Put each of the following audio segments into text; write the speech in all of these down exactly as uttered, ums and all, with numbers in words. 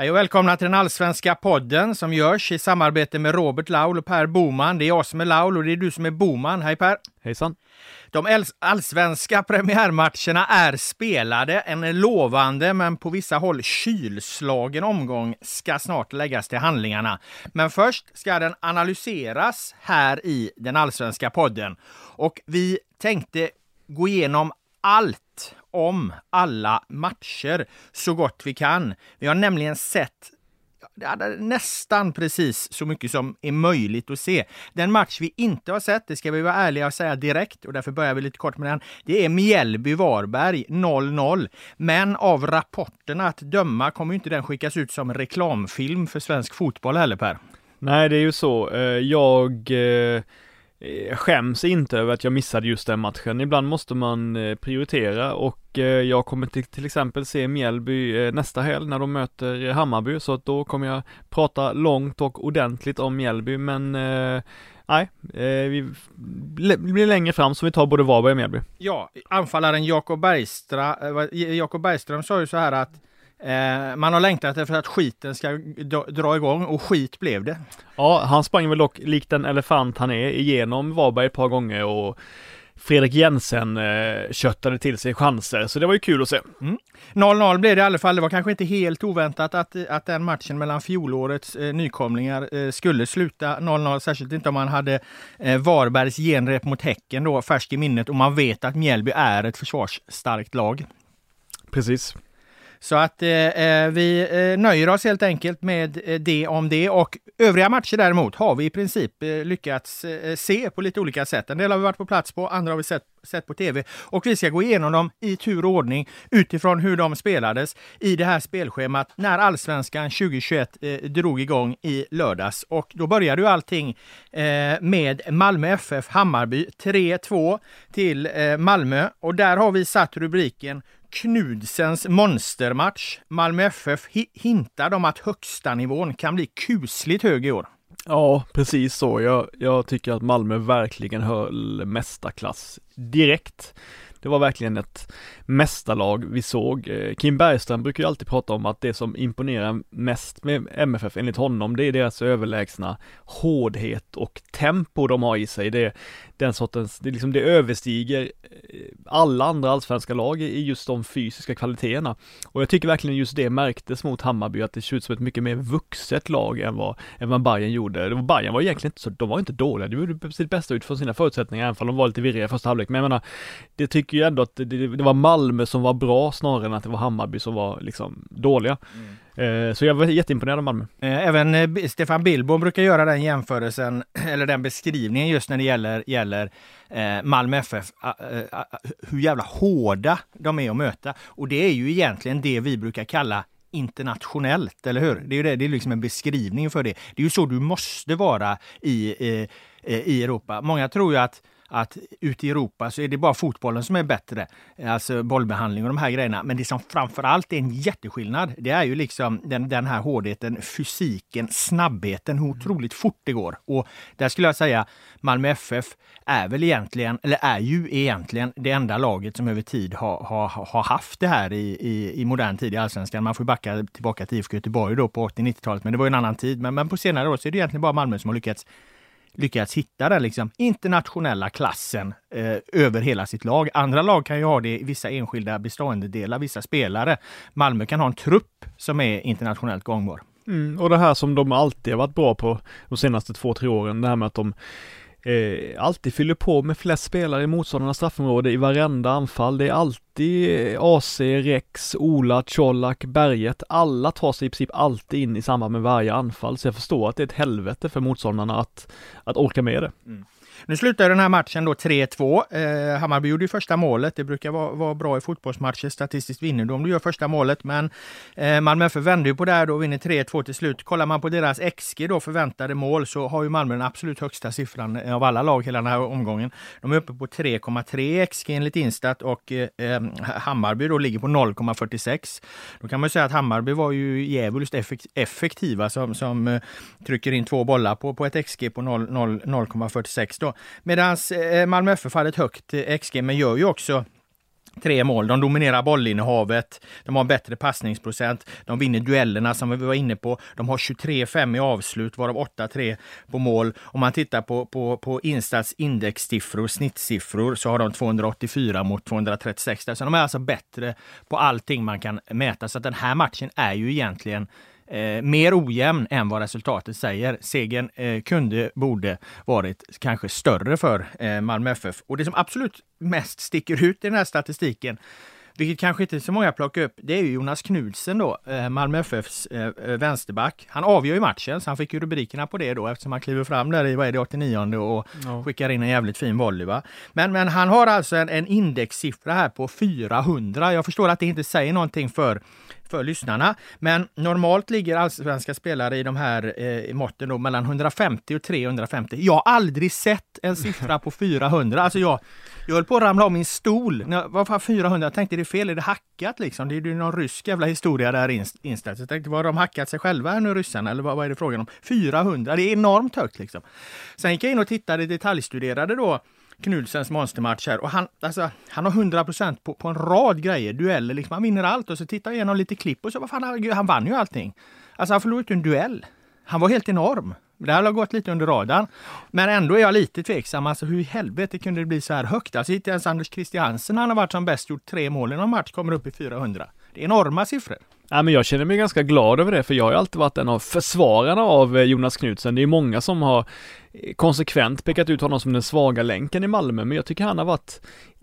Hej och välkomna till den allsvenska podden som görs i samarbete med Robert Laul och Per Boman. Det är jag som är Laul och det är du som är Boman. Hej Per! Hejsan! De allsvenska premiärmatcherna är spelade. En lovande men på vissa håll kylslagen omgång ska snart läggas till handlingarna. Men först ska den analyseras här i den allsvenska podden. Och vi tänkte gå igenom allt om alla matcher så gott vi kan. Vi har nämligen sett nästan precis så mycket som är möjligt att se. Den match vi inte har sett, det ska vi vara ärliga och säga direkt och därför börjar vi lite kort med den. Det är Mjällby-Varberg noll noll. Men av rapporterna att döma kommer inte den skickas ut som reklamfilm för svensk fotboll heller, Per. Nej, det är ju så. Jag skäms inte över att jag missade just den matchen. Ibland måste man prioritera och jag kommer till, till exempel se Mjällby nästa helg när de möter Hammarby, så att då kommer jag prata långt och ordentligt om Mjällby, men eh, nej, eh, vi blir längre fram så vi tar både Varberg och Mjällby. Ja, anfallaren Jakob Bergstra, Jakob Bergström sa ju så här att Eh, man har längtat efter att skiten ska d- dra igång och skit blev det. Ja, han sprang väl dock likt en elefant han är igenom Varberg ett par gånger och Fredrik Jensen eh, köttade till sig chanser, så det var ju kul att se. Mm. noll noll blev det i alla fall. Det var kanske inte helt oväntat att, att den matchen mellan fjolårets eh, nykomlingar eh, skulle sluta noll noll, särskilt inte om man hade eh, Varbergs genrep mot Häcken då färskt i minnet och man vet att Mjällby är ett försvarsstarkt lag. Precis. Så att eh, vi eh, nöjer oss helt enkelt med eh, det om det, och övriga matcher däremot har vi i princip eh, lyckats eh, se på lite olika sätt. En del har vi varit på plats på, andra har vi sett, sett på tv, och vi ska gå igenom dem i tur och ordning utifrån hur de spelades i det här spelschemat när allsvenskan tjugohundratjugoett eh, drog igång i lördags. Och då började ju allting eh, med Malmö F F Hammarby tre två till eh, Malmö, och där har vi satt rubriken Knudsens monstermatch. Malmö F F hintar om att högsta nivån kan bli kusligt hög i år. Ja, precis så. Jag, jag tycker att Malmö verkligen höll mästarklass direkt. Det var verkligen ett mästarlag vi såg. Kim Bergström brukar ju alltid prata om att det som imponerar mest med M F F enligt honom, det är deras överlägsna hårdhet och tempo de har i sig. Det, den sortens, det, liksom, det överstiger alla andra allsvenska lag i just de fysiska kvaliteterna. Och jag tycker verkligen just det märktes mot Hammarby, att det ser ut som ett mycket mer vuxet lag än vad, än vad Bayern gjorde. Det var, Bayern var egentligen inte så, de var inte dåliga. De gjorde sitt bästa utifrån sina förutsättningar, även om de var lite virriga i första halvlek. Men jag menar, det tycker ju ändå att det, det var Malmö som var bra snarare än att det var Hammarby som var liksom dåliga. Mm. Eh, så jag var jätteimponerad av Malmö. Även eh, Stefan Billborn brukar göra den jämförelsen, eller den beskrivningen just när det gäller, gäller eh, Malmö F F, eh, eh, hur jävla hårda de är att möta. Och det är ju egentligen det vi brukar kalla internationellt, eller hur? Det är ju det, det är liksom en beskrivning för det. Det är ju så du måste vara i, eh, i Europa. Många tror ju att att ute i Europa så är det bara fotbollen som är bättre, alltså bollbehandling och de här grejerna, men det som framförallt är en jätteskillnad, det är ju liksom den, den här hårdheten, fysiken, snabbheten, hur otroligt fort det går. Och där skulle jag säga Malmö F F är väl egentligen, eller är ju egentligen det enda laget som över tid har, har, har haft det här i, i, i modern tid i allsvenskan. Man får backa tillbaka till I F K Göteborg då på åttio-nittiotalet, men det var en annan tid, men, men på senare år så är det egentligen bara Malmö som har lyckats lyckats hitta den liksom internationella klassen eh, över hela sitt lag. Andra lag kan ju ha det i vissa enskilda beståndedelar, vissa spelare. Malmö kan ha en trupp som är internationellt gångbar. Mm, och det här som de alltid har varit bra på de senaste två, tre åren, det här med att de eh, alltid fyller på med flest spelare i motståndarnas straffområde i varenda anfall. Det är alltid A C, Rex, Ola, Colak, Berget. Alla tar sig i princip alltid in i samband med varje anfall. Så jag förstår att det är ett helvete för motståndarna att, att orka med det. Mm. Nu slutar den här matchen då tre två. Eh, Hammarby gjorde ju första målet. Det brukar vara, vara bra i fotbollsmatcher. Statistiskt vinner du om du gör första målet. Men eh, Malmö förvände ju på det här då och vinner tre två till slut. Kollar man på deras X G då, förväntade mål, så har ju Malmö den absolut högsta siffran av alla lag hela den här omgången. De är uppe på tre komma tre X G enligt Instat och eh, Hammarby då ligger på noll komma fyrtiosex. Då kan man ju säga att Hammarby var ju jävligt effekt- effektiva som, som eh, trycker in två bollar på, på ett X G på noll komma fyrtiosex då. Medan eh, Malmö F F hade ett högt eh, X G, men gör ju också Tre mål. De dominerar bollinnehavet. De har bättre passningsprocent. De vinner duellerna som vi var inne på. De har tjugotre fem i avslut, varav åtta tre på mål. Om man tittar på, på, på Instats indexsiffror, snittsiffror, så har de tvåhundraåttiofyra mot tvåhundratrettiosex. Så de är alltså bättre på allting man kan mäta. Så att den här matchen är ju egentligen Eh, mer ojämn än vad resultatet säger. Segern eh, kunde, borde varit kanske större för eh, Malmö F F. Och det som absolut mest sticker ut i den här statistiken, vilket kanske inte så många plockar upp, det är ju Jonas Knudsen då, eh, Malmö F Fs eh, vänsterback. Han avgör ju matchen, så han fick ju rubrikerna på det då, eftersom han kliver fram där i vad är det, åttionionde och ja. skickar in en jävligt fin volley, va? Men, men han har alltså en, en indexsiffra här på fyrahundra. Jag förstår att det inte säger någonting för för lyssnarna, men normalt ligger allsvenska spelare i de här eh, måtten då mellan hundrafemtio och trehundrafemtio. Jag har aldrig sett en siffra på fyrahundra. Alltså jag, jag höll på att ramla om min stol. När, vad fan fyrahundra? Jag tänkte, det är fel, är det hackat liksom? Det är ju någon rysk jävla historia där inställt. Jag tänkte, var de hackat sig själva här nu, ryssarna? Eller vad, vad är det frågan om? fyrahundra, det är enormt högt liksom. Sen gick jag in och tittade, detaljstuderade då Knudsens monstermatch här, och han, alltså, han har hundra procent på, på en rad grejer, dueller, liksom, han vinner allt, och så tittar jag igenom lite klipp och så, vad fan, han, han vann ju allting. Alltså han förlorade en duell. Han var helt enorm. Det här har gått lite under radarn, men ändå är jag lite tveksam, alltså hur i helvete kunde det bli så här högt? Alltså inte ens Anders Christiansen, han har varit som bäst, gjort tre mål i någon match, kommer upp i fyrahundra. Det är enorma siffror. Ja, men jag känner mig ganska glad över det, för jag har ju alltid varit en av försvararna av Jonas Knudsen. Det är många som har konsekvent pekat ut honom som den svaga länken i Malmö, men jag tycker han har varit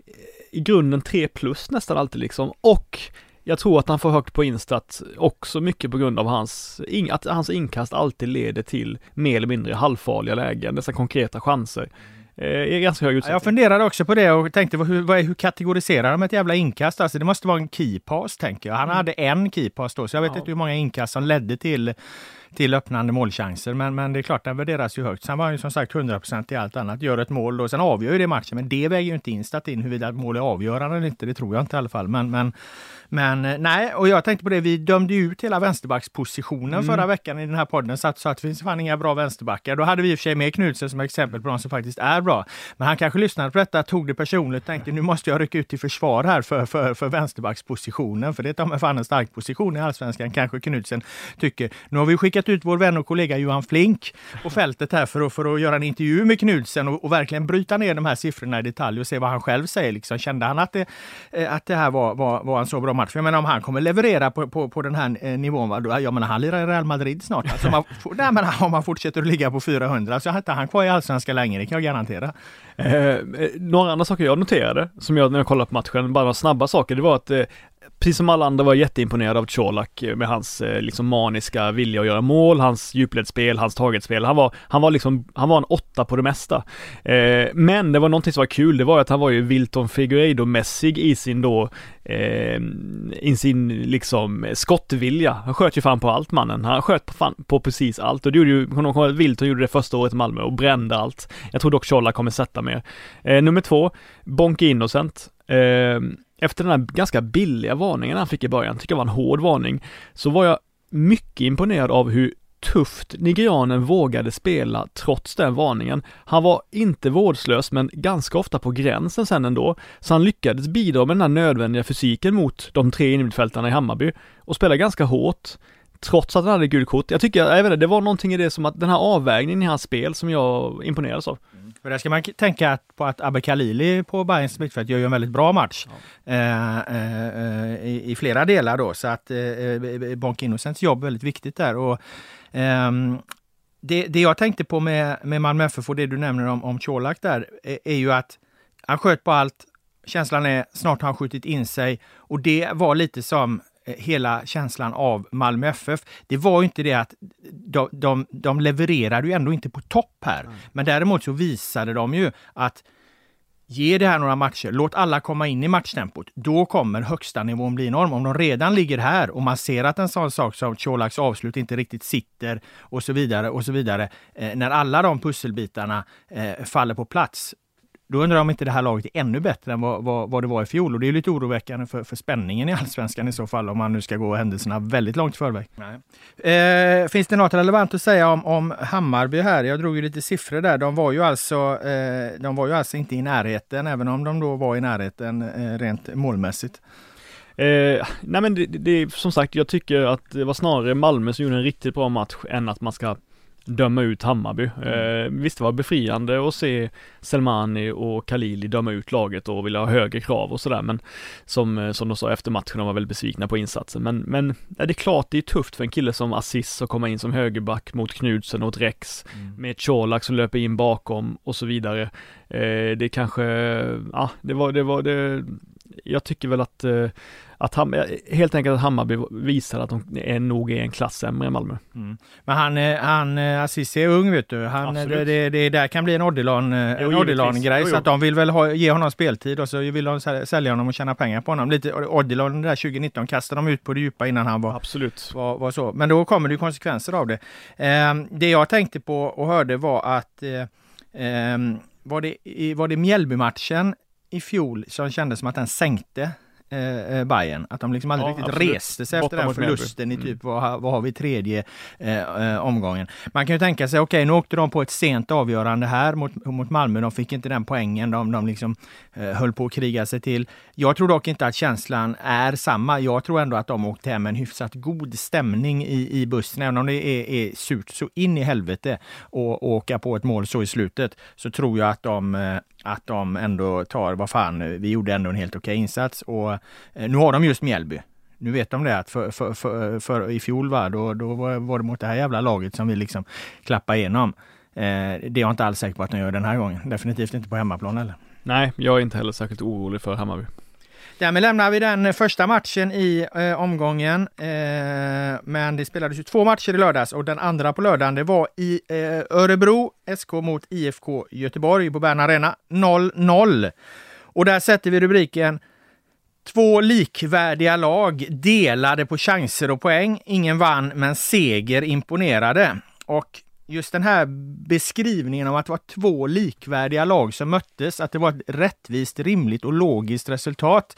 i grunden tre plus nästan alltid liksom, och jag tror att han får högt på Instat också mycket på grund av hans, att hans inkast alltid leder till mer eller mindre halvfarliga lägen, dessa konkreta chanser. Är ganska hög utsättning. Jag funderade också på det och tänkte, hur, vad är, hur kategoriserar de ett jävla inkast? Alltså det måste vara en keypass, tänker jag. Han mm. hade en keypass då, så jag vet ja. inte hur många inkast som ledde till, till öppnande målchanser. Men, men det är klart, den värderas ju högt. Sen var han ju som sagt hundra procent i allt annat. Gör ett mål då, sen avgör ju det matchen. Men det väger ju inte Instat in huruvida mål är avgörande eller inte. Det tror jag inte i alla fall. Men, men, men nej, och jag tänkte på det. Vi dömde ut hela vänsterbackspositionen mm. förra veckan i den här podden. Så att, så att det finns fan inga bra vänsterbackar. Då hade vi i och för sig med Knudsen som exempel på de som faktiskt är bra. Men han kanske lyssnade på detta, tog det personligt, tänkte nu måste jag rycka ut i försvar här för, för, för vänsterbackspositionen. För det är fan en stark position i allsvenskan, kanske Knudsen tycker. Nu har vi skickat ut vår vän och kollega Johan Flink på fältet här för att, för att göra en intervju med Knudsen och, och verkligen bryta ner de här siffrorna i detalj och se vad han själv säger. Liksom, kände han att det, att det här var, var, var en så bra match? För jag menar, om han kommer leverera på, på, på den här eh, nivån, va, då, jag menar, han lirar i Real Madrid snart. Alltså, om, man, nej, men, om man fortsätter att ligga på fyrahundra så har han kvar i allsvenskan längre, det kan jag garantera. Eh, några andra saker jag noterade, som jag när jag kollade på matchen, bara snabba saker, det var att eh, precis som alla andra var jag jätteimponerad av Colak med hans eh, liksom maniska vilja att göra mål, hans djupledsspel, hans targetspel. Han var, han var liksom, han var en åtta på det mesta. Eh, men det var någonting som var kul, det var att han var ju Wilton Figueiredo-mässig i sin då eh, i sin liksom skottvilja. Han sköt ju fan på allt, mannen. Han sköt på, fan, på precis allt, och det gjorde ju, Wilton gjorde det första året i Malmö och brände allt. Jag tror dock Colak kommer sätta mer. Eh, nummer två, Bonke Innocent. Eh, Efter den här ganska billiga varningen han fick i början, tycker jag var en hård varning, så var jag mycket imponerad av hur tufft nigerianen vågade spela trots den varningen. Han var inte vårdslös, men ganska ofta på gränsen sen ändå, så han lyckades bidra med den här nödvändiga fysiken mot de tre innermittfältarna i Hammarby och spela ganska hårt trots att han hade gult kort. Jag tycker, jag vet inte, det var någonting i det som att den här avvägningen i hans spel som jag imponerades av. Mm. För där ska man tänka på att Abbe Khalili på Bayerns mittfält gör ju en väldigt bra match ja. eh, eh, i, i flera delar då, så att eh, Bonke Innocents jobb är väldigt viktigt där. Och eh, det, det jag tänkte på med, med Malmö F F och det du nämner om, om Colak där är, är ju att han sköt på allt. Känslan är snart har han skjutit in sig, och det var lite som hela känslan av Malmö F F. Det var ju inte det att de, de, de levererade ju ändå inte på topp här. Mm. Men däremot så visade de ju att ge det här några matcher, låt alla komma in i matchtempot. Då kommer högsta nivån bli enorm. Om de redan ligger här och man ser att en sån sak som Colaks avslut inte riktigt sitter och så vidare och så vidare. Eh, när alla de pusselbitarna eh, faller på plats, Då undrar jag om inte det här laget är ännu bättre än vad, vad, vad det var i fjol. Och det är lite oroväckande för, för spänningen i Allsvenskan i så fall, om man nu ska gå händelserna väldigt långt förväg. Nej. Eh, finns det något relevant att säga om, om Hammarby här? Jag drog ju lite siffror där. De var ju alltså, eh, de var ju alltså inte i närheten, även om de då var i närheten eh, rent målmässigt. Eh, nej men det, det, som sagt, jag tycker att det var snarare Malmö som gjorde en riktigt bra match än att man ska döma ut Hammarby. Eh, visst, det var befriande att se Selmani och Khalili döma ut laget och vilja ha högre krav och sådär, men som, som de sa efter matchen, de var väldigt besvikna på insatsen. Men, men ja, det är klart det är tufft för en kille som Aziz att komma in som högerback mot Knudsen och Rex, mm. med Colak som löper in bakom och så vidare. Eh, det kanske, ja, det var, det var det, jag tycker väl att Att Ham- helt enkelt att Hammarby visar att de är nog är en klass sämre än Malmö. Mm. Men han, han Aziz är ung, vet du. Han, det, det, det där kan bli en Odilon-grej, så att de vill väl ha, ge honom speltid och så vill de sälja honom och tjäna pengar på honom. Lite Odilon där tjugonitton kastade de ut på det djupa innan han var, Absolut. var, var så. Men då kommer det ju konsekvenser av det. Eh, det jag tänkte på och hörde var att eh, var det, var det Mjällby-matchen i fjol som kändes som att den sänkte Eh, Bayern, att de liksom aldrig ja, riktigt absolut. reste sig efter den förlusten i typ, mm. vad, vad har vi tredje eh, eh, omgången. Man kan ju tänka sig, okej, okay, nu åkte de på ett sent avgörande här mot, mot Malmö, de fick inte den poängen, de, de liksom eh, höll på att kriga sig till. Jag tror dock inte att känslan är samma, jag tror ändå att de åkte hem med en hyfsat god stämning i, i bussen, även om det är, är surt så in i helvete och, och åka på ett mål så i slutet, så tror jag att de eh, att de ändå tar, vad fan, vi gjorde ändå en helt okej insats, och eh, nu har de just Mjällby. Nu vet de det, att för, för, för, för i fjol var, då, då var det mot det här jävla laget som vi liksom klappade igenom. Eh, det är jag inte alls säker på att de gör den här gången. Definitivt inte på hemmaplan heller. Nej, jag är inte heller särskilt orolig för Hammarby. Därmed lämnar vi den första matchen i eh, omgången, eh, men det spelades ju två matcher i lördags, och den andra på lördagen, det var i eh, Örebro, S K mot I F K Göteborg på Bern Arena, noll noll. Och där sätter vi rubriken: två likvärdiga lag delade på chanser och poäng. Ingen vann, men seger imponerade. Och just den här beskrivningen om att det var två likvärdiga lag som möttes, att det var ett rättvist, rimligt och logiskt resultat,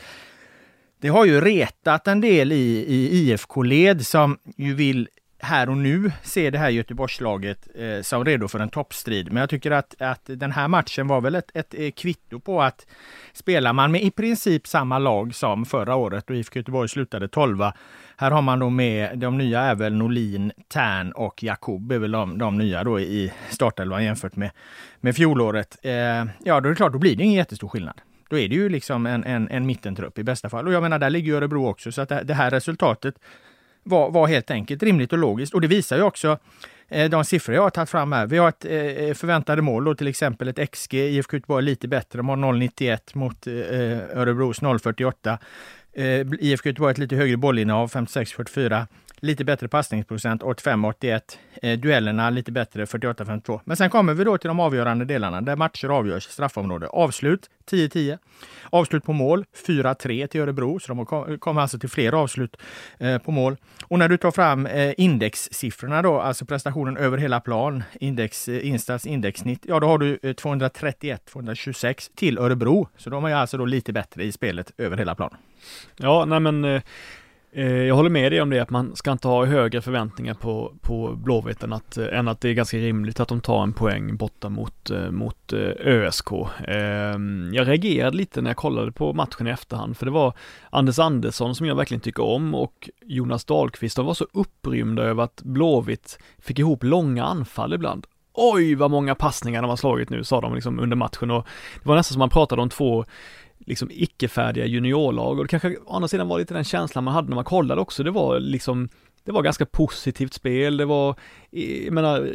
det har ju retat en del i, i I F K-led som ju vill här och nu se det här Göteborgslaget eh, som redo för en toppstrid. Men jag tycker att, att den här matchen var väl ett, ett kvitto på att spelar man med i princip samma lag som förra året och I F K Göteborg slutade tolva. Här har man då med de nya är väl Norlin, Tern och Jakob är väl de, de nya då i startelvan jämfört med, med fjolåret. Eh, ja, då är det klart, då blir det ingen jättestor skillnad. Då är det ju liksom en, en, en mittentrupp i bästa fall. Och jag menar, där ligger ju Örebro också, så att det, det här resultatet var, var helt enkelt rimligt och logiskt. Och det visar ju också eh, de siffror jag har tagit fram här. Vi har ett eh, förväntade mål då, till exempel ett X G, I F K Göteborg lite bättre, de har noll komma nittioett mot eh, Örebros noll komma fyrtioåtta. Eh, I F K Göteborg ett lite högre bollinnehav, femtiosex komma fyrtiofyra. Lite bättre passningsprocent, åttiofem komma åttioett. Eh, duellerna lite bättre, fyrtioåtta komma femtiotvå. Men sen kommer vi då till de avgörande delarna där matcher avgörs, straffområde. Avslut tio tio. Avslut på mål fyra tre till Örebro, så de kommer kom alltså till fler avslut eh, på mål. Och när du tar fram eh, indexsiffrorna då, alltså prestationen över hela plan, index, eh, instats indexsnitt, ja då har du eh, tvåhundratrettioett tvåhundratjugosex till Örebro. Så de är alltså då lite bättre i spelet över hela plan. Ja, nej men eh... jag håller med dig om det, att man ska inte ha högre förväntningar på, på Blåvitt än att, än att det är ganska rimligt att de tar en poäng borta mot, mot Ö S K. Jag reagerade lite när jag kollade på matchen i efterhand, för det var Anders Andersson som jag verkligen tycker om och Jonas Dahlqvist, de var så upprymda över att Blåvitt fick ihop långa anfall ibland. Oj, vad många passningar de har slagit nu, sa de liksom under matchen, och det var nästan som man pratade om två liksom icke-färdiga juniorlag, och det kanske å andra sidan var lite den känslan man hade när man kollade också. Det var liksom, det var ganska positivt spel. Det var, jag menar,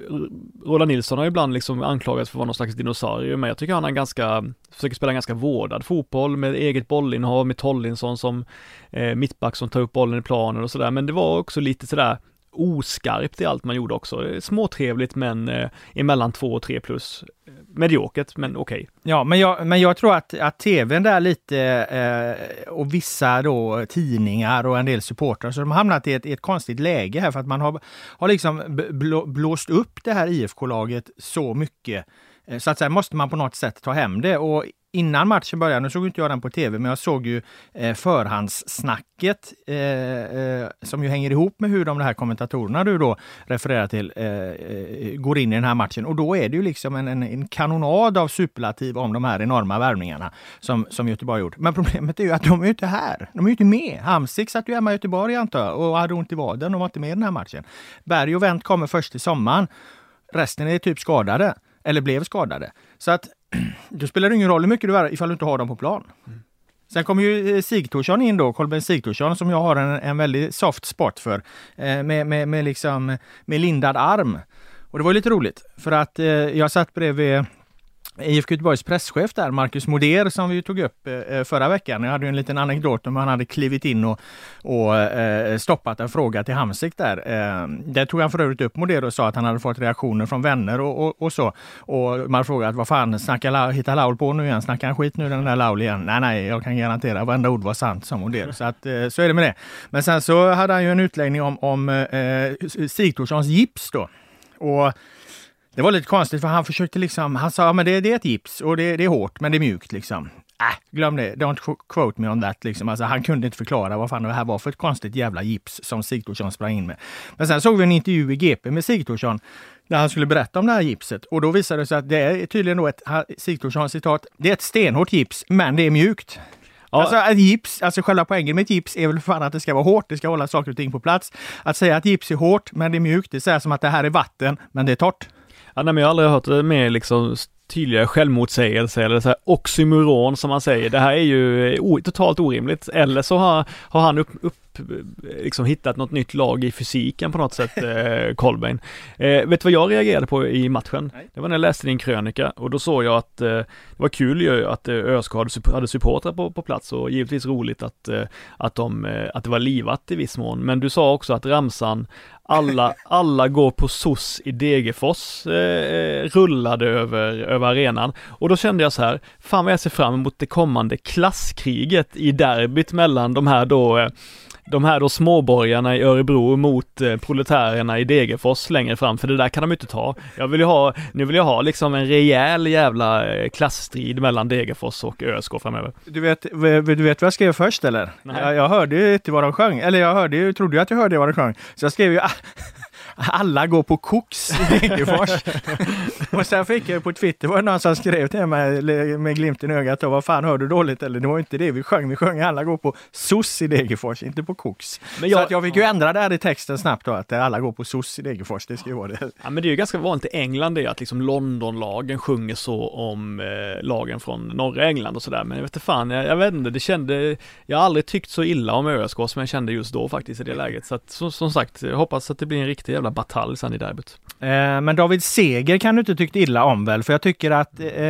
Roland Nilsson har ibland liksom anklagats för att vara någon slags dinosaurie, men jag tycker han är ganska, försöker spela ganska vårdad fotboll med eget bollinnehav, med Tollinsson som eh, mittback som tar upp bollen i planen och sådär, men det var också lite sådär oskarpt i allt man gjorde också. Småtrevligt, men eh, emellan två och tre plus. Mediokert, men okej. Okay. Ja, men jag, men jag tror att, att tvn där lite eh, och vissa då tidningar och en del supportrar, så de har hamnat i ett, i ett konstigt läge här, för att man har, har liksom blå, blåst upp det här I F K-laget så mycket Så att sen måste man på något sätt ta hem det. Och innan matchen började, nu såg inte jag den på tv, men jag såg ju eh, förhandssnacket eh, eh, som ju hänger ihop med hur de här kommentatorerna du då refererar till eh, eh, går in i den här matchen. Och då är det ju liksom en, en, en kanonad av superlativ om de här enorma värvningarna som, som Göteborg gjort. Men problemet är ju att de är ju inte här. De är ju inte med. Hamsik satt ju hemma i Göteborg antar jag och hade ont i vaden. De var inte med i den här matchen. Berg och Wendt kommer först i sommaren. Resten är typ skadade. Eller blev skadade. Så att då spelar det ingen roll hur mycket du är ifall du inte har dem på plan. Mm. Sen kommer ju Sigthorsson in då, Kolben Sigthorsson som jag har en, en väldigt soft spot för. Eh, med, med, med, liksom, med lindad arm. Och det var lite roligt. För att eh, jag satt bredvid I F K Göteborgs presschef där, Marcus Moder, som vi tog upp eh, förra veckan. Jag hade ju en liten anekdot om han hade klivit in och, och eh, stoppat en fråga till Hamsik där. Eh, där tog han för övrigt upp Moder och sa att han hade fått reaktioner från vänner och, och, och så. Och man frågade vad fan, snackar hittar Laul på nu igen? Snackar han skit nu den där Laul igen? Nej, nej, jag kan garantera varenda ord var sant som Moder. Så att eh, så är det med det. Men sen så hade han ju en utläggning om, om eh, Sigthorssons gips då. Och det var lite konstigt för han försökte liksom, han sa men det, det är ett gips och det, det är hårt men det är mjukt liksom. Äh, glöm det, don't quote me on that liksom. Alltså, han kunde inte förklara vad fan det här var för ett konstigt jävla gips som Sigthorsson sprang in med. Men sen såg vi en intervju i G P med Sigthorsson där han skulle berätta om det här gipset och då visade det sig att det är tydligen då ett, Sigthorsson citat, det är ett stenhårt gips men det är mjukt. Ja. Alltså ett gips, alltså själva poängen med ett gips är väl fan att det ska vara hårt, det ska hålla saker och ting på plats. Att säga att gips är hårt men det är mjukt, det säger som att det här är vatten men det är torrt. Ja, nej, men jag har aldrig hört det med liksom tydliga självmotsägelser eller så här oxymoron som man säger. Det här är ju o- totalt orimligt. Eller så har, har han upp, upp liksom hittat något nytt lag i fysiken på något sätt, eh, Kolbeinn. Eh, vet du vad jag reagerade på i matchen? Nej. Det var när jag läste din krönika och då såg jag att eh, det var kul ju att eh, ÖSK hade, hade supportrar på, på plats och givetvis roligt att, eh, att, de, eh, att det var livat i viss mån. Men du sa också att ramsan alla, alla går på S O S i Degerfors eh, rullade över, över arenan. Och då kände jag så här, fan vad jag ser fram emot det kommande klasskriget i derbyt mellan de här då eh, de här då småborgarna i Örebro mot eh, proletärerna i Degerfors längre fram, för det där kan de inte ta. Jag vill ju ha, nu vill jag ha liksom en rejäl jävla eh, klassstrid mellan Degerfors och ÖSK framöver. Du vet, du vet vad jag skrev först eller? Jag, jag hörde ju inte vad de sjöng, eller jag hörde ju, trodde ju att jag hörde vad de sjöng. Så jag skrev ju alla går på koks i Degerfors. Och sen fick jag på Twitter, var det någon som skrev till mig med glimten i ögat och vad fan, hör du dåligt eller? Det var inte det vi sjöng, vi sjöng alla går på S O S i Degerfors, inte på koks. Men jag, så att jag fick ju ändra det här i texten snabbt då, att alla går på S O S i Degerfors, det ska ju vara det. Ja, men det är ju ganska vanligt i England det att liksom Londonlagen sjunger så om eh, lagen från norra England och sådär, men jag vet inte fan, jag, jag vet inte, det kände, jag har aldrig tyckt så illa om ÖSK som jag kände just då faktiskt i det läget, så att så, som sagt, jag hoppas att det blir en riktig jävla batalj sen i derbyt. Eh, men David Seger kan du inte tyckt illa om väl, för jag tycker att eh,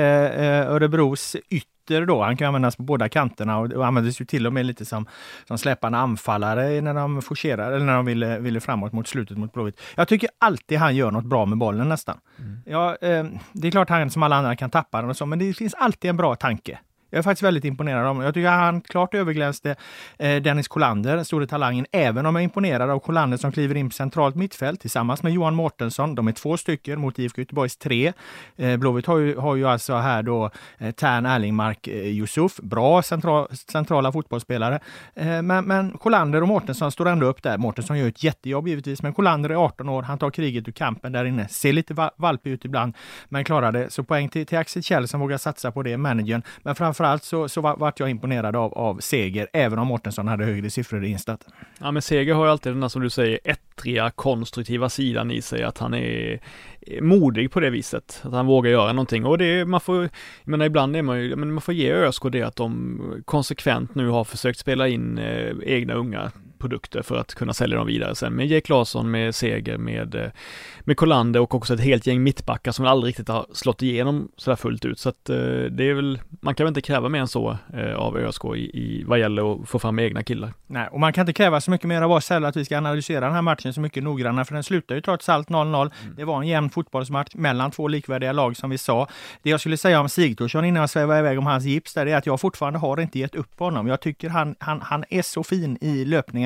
Örebros ytter då, han kan användas på båda kanterna och, och användes ju till och med lite som, som släppande anfallare när de forcerar eller när de ville, ville framåt mot slutet mot Blåvitt. Jag tycker alltid han gör något bra med bollen nästan. Mm. Ja, eh, det är klart han som alla andra kan tappa den och så, men det finns alltid en bra tanke. Jag är faktiskt väldigt imponerad av honom. Jag tycker att han klart överglänste eh, Dennis Kolander, den store talangen, även om jag är imponerad av Kolander som kliver in på centralt mittfält tillsammans med Johan Mårtensson. De är två stycken mot I F K Göteborgs tre. Eh, Blåvitt har ju, har ju alltså här då eh, Tern Erlingmark eh, Yusuf, bra central, centrala fotbollsspelare. Eh, men, men Kolander och Mårtensson står ändå upp där. Mårtensson gör ett jättejobb givetvis, men Kolander är arton år, han tar kriget ur kampen där inne. Ser lite va- valpig ut ibland, men klarar det. Så poäng till, till Axel Kjell som vågar satsa på det, managern. Men framför Framförallt så, så vart jag imponerad av, av Seger, även om Mårtensson hade högre siffror i instat. Ja, men Seger har ju alltid den där, som du säger, ettriga, konstruktiva sidan i sig, att han är modig på det viset, att han vågar göra någonting. Och det, man får, jag menar, ibland är man ju, men man får ge ÖSK det att de konsekvent nu har försökt spela in eh, egna unga produkter för att kunna sälja dem vidare sen. Med Jake Larsson, med Seger, med, med Kolander och också ett helt gäng mittbackar som aldrig riktigt har slått igenom så där fullt ut. Så att eh, det är väl, man kan väl inte kräva mer än så eh, av ÖSK i, i vad gäller att få fram egna killar. Nej, och man kan inte kräva så mycket mer av oss heller att vi ska analysera den här matchen så mycket noggrannare, för den slutar ju trots allt noll noll. Mm. Det var en jämn fotbollsmatch mellan två likvärdiga lag som vi sa. Det jag skulle säga om Sigthorsson innan jag svävar iväg om hans gips där är att jag fortfarande har inte gett upp på honom. Jag tycker han, han, han är så fin i löpningar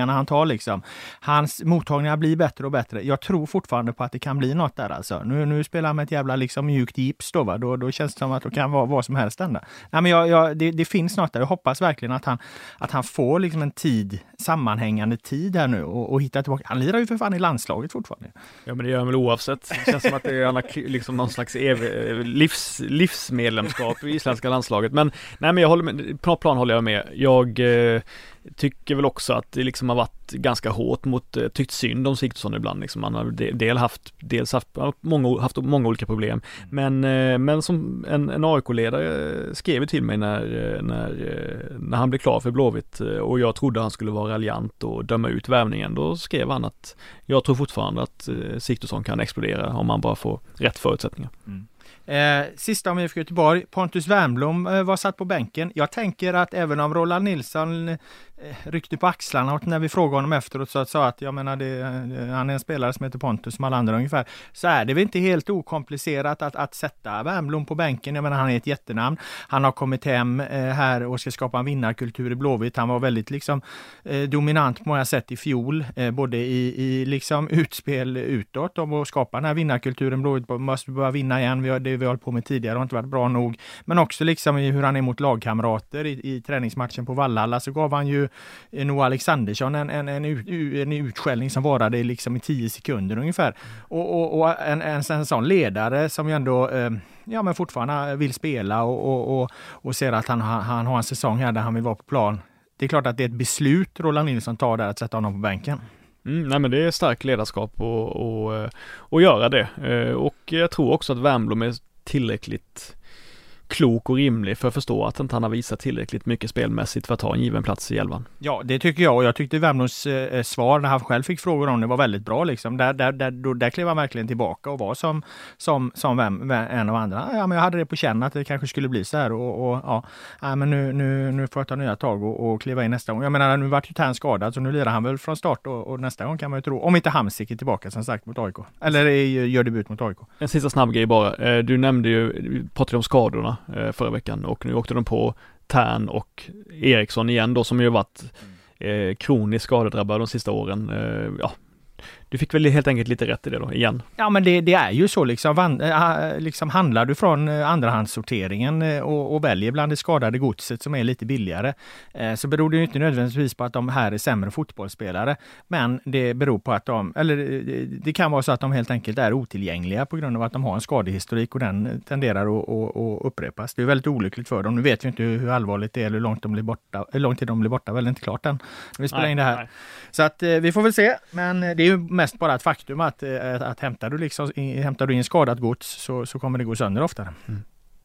mottagningarna han tar liksom. Hans mottagningar blir bättre och bättre. Jag tror fortfarande på att det kan bli något där alltså. Nu, nu spelar han med ett jävla liksom mjukt gips då va. Då, då känns det som att det kan vara vad som helst ända. Nej men jag, jag, det, det finns något där. Jag hoppas verkligen att han, att han får liksom en tid, sammanhängande tid här nu och, och hitta tillbaka. Han lirar ju för fan i landslaget fortfarande. Ja men det gör han väl oavsett. Det känns som att det är liksom någon slags ev- livs, livsmedlemskap i isländska landslaget. Men nej men jag håller med, på något plan håller jag med. Jag eh, tycker väl också att det liksom har varit ganska hårt mot, eh, tyckt synd om Sigthorsson ibland. Liksom. Han har del haft, dels haft många, haft många olika problem. Men, eh, men som en, en A I K-ledare skrev till mig när, när, när han blev klar för Blåvitt och jag trodde han skulle vara raljant och döma ut värvningen. Då skrev han att jag tror fortfarande att eh, Sigthorsson kan explodera om man bara får rätt förutsättningar. Mm. Eh, sista om I F K Göteborg, Pontus Wernbloom eh, var satt på bänken. Jag tänker att även om Roland Nilsson eh, ryckte på axlarna och när vi frågade honom efteråt så att sa att jag menar det, eh, han är en spelare som heter Pontus som alla andra ungefär, så är det väl inte helt okomplicerat att, att sätta Wernbloom på bänken. Jag menar han är ett jättenamn. Han har kommit hem eh, här och ska skapa en vinnarkultur i Blåvitt. Han var väldigt liksom eh, dominant på många sätt i fjol, eh, både i, i liksom utspel utåt om att skapa den här vinnarkulturen. Blåvitt måste bara vinna igen. Vi har det vi har hållit på med tidigare har inte varit bra nog. Men också liksom i hur han är mot lagkamrater i, i träningsmatchen på Vallhalla så gav han ju Noah Alexandersson en, en, en, ut, en utskällning som varade liksom i tio sekunder ungefär. Och, och, och en, en, en sån ledare som ju ändå eh, ja, men fortfarande vill spela och, och, och, och ser att han, han, han har en säsong här där han vill vara på plan. Det är klart att det är ett beslut Roland Nilsson tar där att sätta honom på bänken. Mm, nej men det är stark ledarskap och, och, och göra det. Och jag tror också att Wernbloom är tillräckligt klok och rimlig för att förstå att inte han har visat tillräckligt mycket spelmässigt för att ta en given plats i elvan. Ja, det tycker jag och jag tyckte Wernblooms eh, svar när han själv fick frågor om det var väldigt bra liksom. Där, där, där, då, där klev han verkligen tillbaka och var som, som, som vem, vem, en av andra. Ja, men jag hade det på känn att det kanske skulle bli så här och, och ja, ja, men nu, nu, nu får jag ta nya tag och, och kliva in nästa gång. Jag menar, nu vart ju Tern skadad så nu lirar han väl från start och, och nästa gång kan man ju tro, om inte Hamsik är tillbaka som sagt mot A I K. Eller gör debut mot A I K. En sista snabb grej bara. Du nämnde ju, vi pratade om skadorna förra veckan. Och nu åkte de på Tern och Eriksson igen då som ju varit eh, kroniskt skadedrabbade de sista åren. Eh, ja, du fick väl helt enkelt lite rätt i det då, igen. Ja, men det, det är ju så liksom, van, äh, liksom handlar du från äh, andrahandssorteringen äh, och, och väljer bland det skadade godset som är lite billigare äh, så beror det ju inte nödvändigtvis på att de här är sämre fotbollsspelare, men det beror på att de, eller det, det kan vara så att de helt enkelt är otillgängliga på grund av att de har en skadehistorik och den tenderar att, att, att upprepas. Det är väldigt olyckligt för dem. Nu vet vi inte hur allvarligt det är eller hur långt de blir borta, hur lång tid de blir borta, väl inte klart än. Vi spelar nej, in det här. Nej. Så att äh, vi får väl se, men det är ju mest bara ett faktum att, att, att hämtar du liksom, hämtar du in skadat gods så, så kommer det gå sönder oftare. Mm.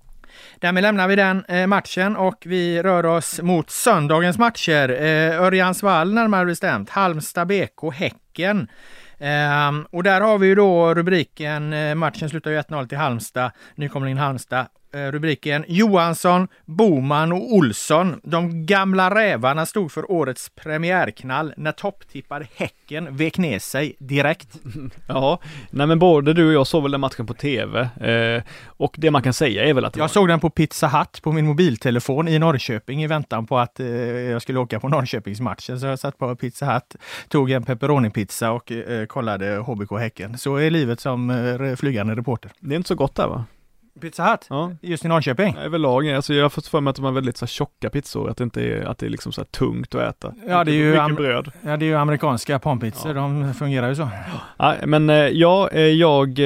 Därmed lämnar vi den eh, matchen och vi rör oss mot söndagens matcher. Eh, Örjansvall närmare bestämt, Halmstad B K Häcken. Eh, och där har vi ju då rubriken, eh, matchen slutar ju ett noll till Halmstad, nykomlingen Halmstad. Rubriken Johansson, Boman och Olsson. De gamla rävarna stod för årets premiärknall när topptippade Häcken vek ner sig direkt. Ja, nej men både du och jag såg väl den matchen på tv eh, och det man kan säga är väl att... Jag var... såg den på Pizza Hut på min mobiltelefon i Norrköping i väntan på att eh, jag skulle åka på Norrköpingsmatchen. Så jag satt på Pizza Hut, tog en pepperoni-pizza och eh, kollade H B K Häcken. Så är livet som eh, flygande reporter. Det är inte så gott där va? Pizza Hut? Ja. Just i Norrköping? Överlag, alltså jag har fått för mig att de har väldigt så tjocka pizzor, att det inte är, att det är liksom så här tungt att äta. Ja, det är ju, am- bröd. Ja, det är ju amerikanska pompizzor, ja. De fungerar ju så. Ja, men ja, jag,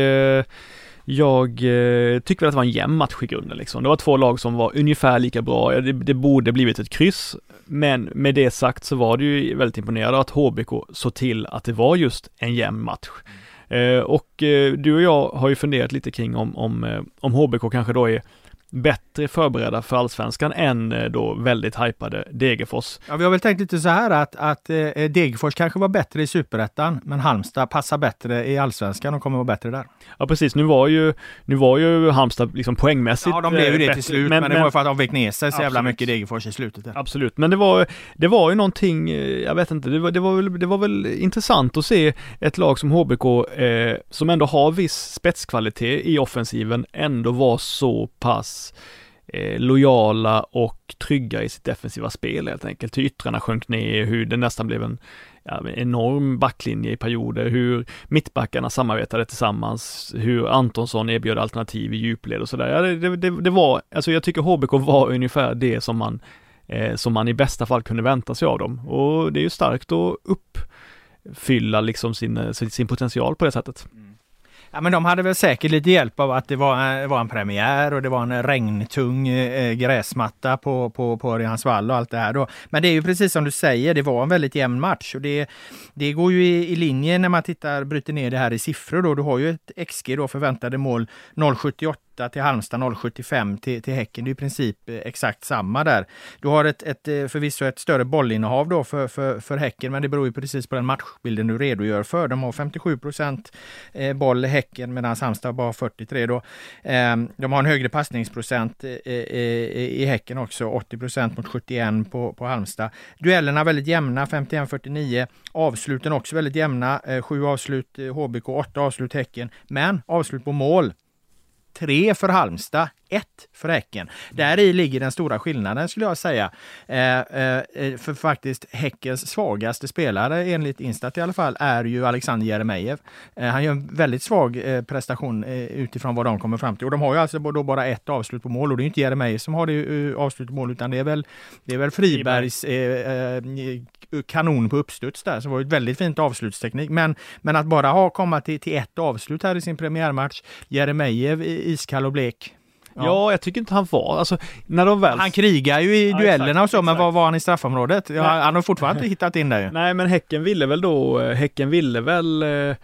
jag tycker väl att det var en jämn match i grunden liksom. Det var två lag som var ungefär lika bra. Det, det borde blivit ett kryss, men med det sagt så var det ju väldigt imponerande att H B K såg till att det var just en jämn match. Uh, och uh, du och jag har ju funderat lite kring om, om, uh, om H B K kanske då är bättre förberedda för allsvenskan än uh, då väldigt hypade Degerfors. Ja, vi har väl tänkt lite så här att, att uh, Degerfors kanske var bättre i Superettan, men Halmstad passar bättre i allsvenskan och kommer vara bättre där. Ja, precis. Nu var ju, nu var ju Halmstad liksom poängmässigt. Ja, de blev ju det bättre, till slut, men, men det var för att de fick ner sig så absolut. Jävla mycket Degerfors i slutet. Där. Absolut, men det var, det var ju någonting, jag vet inte, det var, det var, väl, det var väl intressant att se ett lag som H B K eh, som ändå har viss spetskvalitet i offensiven ändå var så pass eh, lojala och trygga i sitt defensiva spel helt enkelt. Hur yttrarna sjönk ner, hur det nästan blev en ja, enorm backlinje i perioder, hur mittbackarna samarbetade tillsammans, hur Antonsson erbjöd alternativ i djupled och sådär. Ja, det, det, det var, alltså jag tycker H B K var ungefär det som man, eh, som man i bästa fall kunde vänta sig av dem. Och det är ju starkt att uppfylla liksom sin, sin potential på det sättet. Mm. Ja, men de hade väl säkert lite hjälp av att det var, var en premiär och det var en regntung eh, gräsmatta på, på, på Örjansvall och allt det här då. Men det är ju precis som du säger, det var en väldigt jämn match och det, det går ju i, i linje när man tittar, bryter ner det här i siffror då. Du har ju ett X G då, förväntade mål noll komma sjuttioåtta till Halmstad, noll komma sjuttiofem till, till Häcken. Det är i princip exakt samma där. Du har ett, ett förvisso ett större bollinnehav då för, för, för Häcken, men det beror ju precis på den matchbilden du redogör för. De har femtiosju procent boll i Häcken medan Halmstad bara fyrtiotre då. De har en högre passningsprocent i Häcken också, åttio procent mot sjuttioen på, på Halmstad. Duellerna väldigt jämna, femtioen fyrtionio. Avsluten också väldigt jämna, sju avslut H B K, åtta avslut Häcken. Men avslut på mål, tre för Halmstad, ett för Häcken. Där i ligger den stora skillnaden skulle jag säga. Eh, eh, för faktiskt Häckens svagaste spelare, enligt Instat i alla fall, är ju Alexander Jeremejeff. Eh, han gör en väldigt svag eh, prestation eh, utifrån vad de kommer fram till. Och de har ju alltså då bara ett avslut på mål och det är ju inte Jeremejeff som har det uh, avslut på mål utan det är väl, det är väl Fribergs eh, eh, kanon på uppstuds där. Så det var ju ett väldigt fint avslutsteknik. Men, men att bara ha komma till, till ett avslut här i sin premiärmatch, Jeremejeff iskall och blek. Ja. ja, jag tycker inte han var. Alltså, när de väl... Han krigar ju i ja, duellerna exakt, och så, exakt. Men var var han i straffområdet? Ja, han har fortfarande inte hittat in där ju. Nej, men Häcken ville väl då, Häcken ville väl, eh,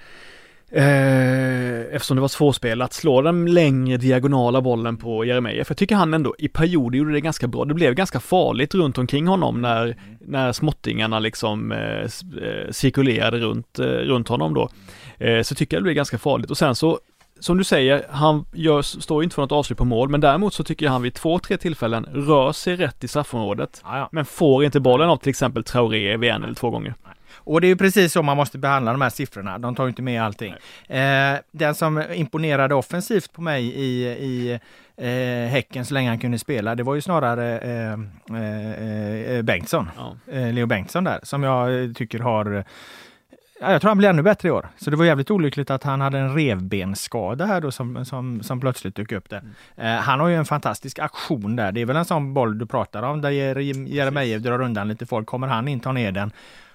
eh, eftersom det var svårspelat, slå den längre diagonala bollen på Jeremejeff. Jag tycker han ändå i perioder gjorde det ganska bra. Det blev ganska farligt runt omkring honom när, mm. när småttingarna liksom eh, cirkulerade runt, eh, runt honom då. Eh, så tycker jag det blev ganska farligt. Och sen så som du säger, han gör, står inte för något avslut på mål, men däremot så tycker jag han vid två, tre tillfällen rör sig rätt i straffområdet, Jaja. men får inte bollen av till exempel Traoré vid en eller två gånger. Och det är ju precis så man måste behandla de här siffrorna. De tar ju inte med allting. Eh, den som imponerade offensivt på mig i, i eh, Häcken så länge han kunde spela, det var ju snarare eh, eh, Bengtsson. Ja. Eh, Leo Bengtsson där, som jag tycker har... Ja, jag tror han blir ännu bättre i år. Så det var jävligt olyckligt att han hade en revbensskada här då som, som, som plötsligt dök upp där. Mm. Eh, han har ju en fantastisk aktion där. Det är väl en sån boll du pratar om där Jeremejeff drar undan lite folk. Kommer han in, tar ner den.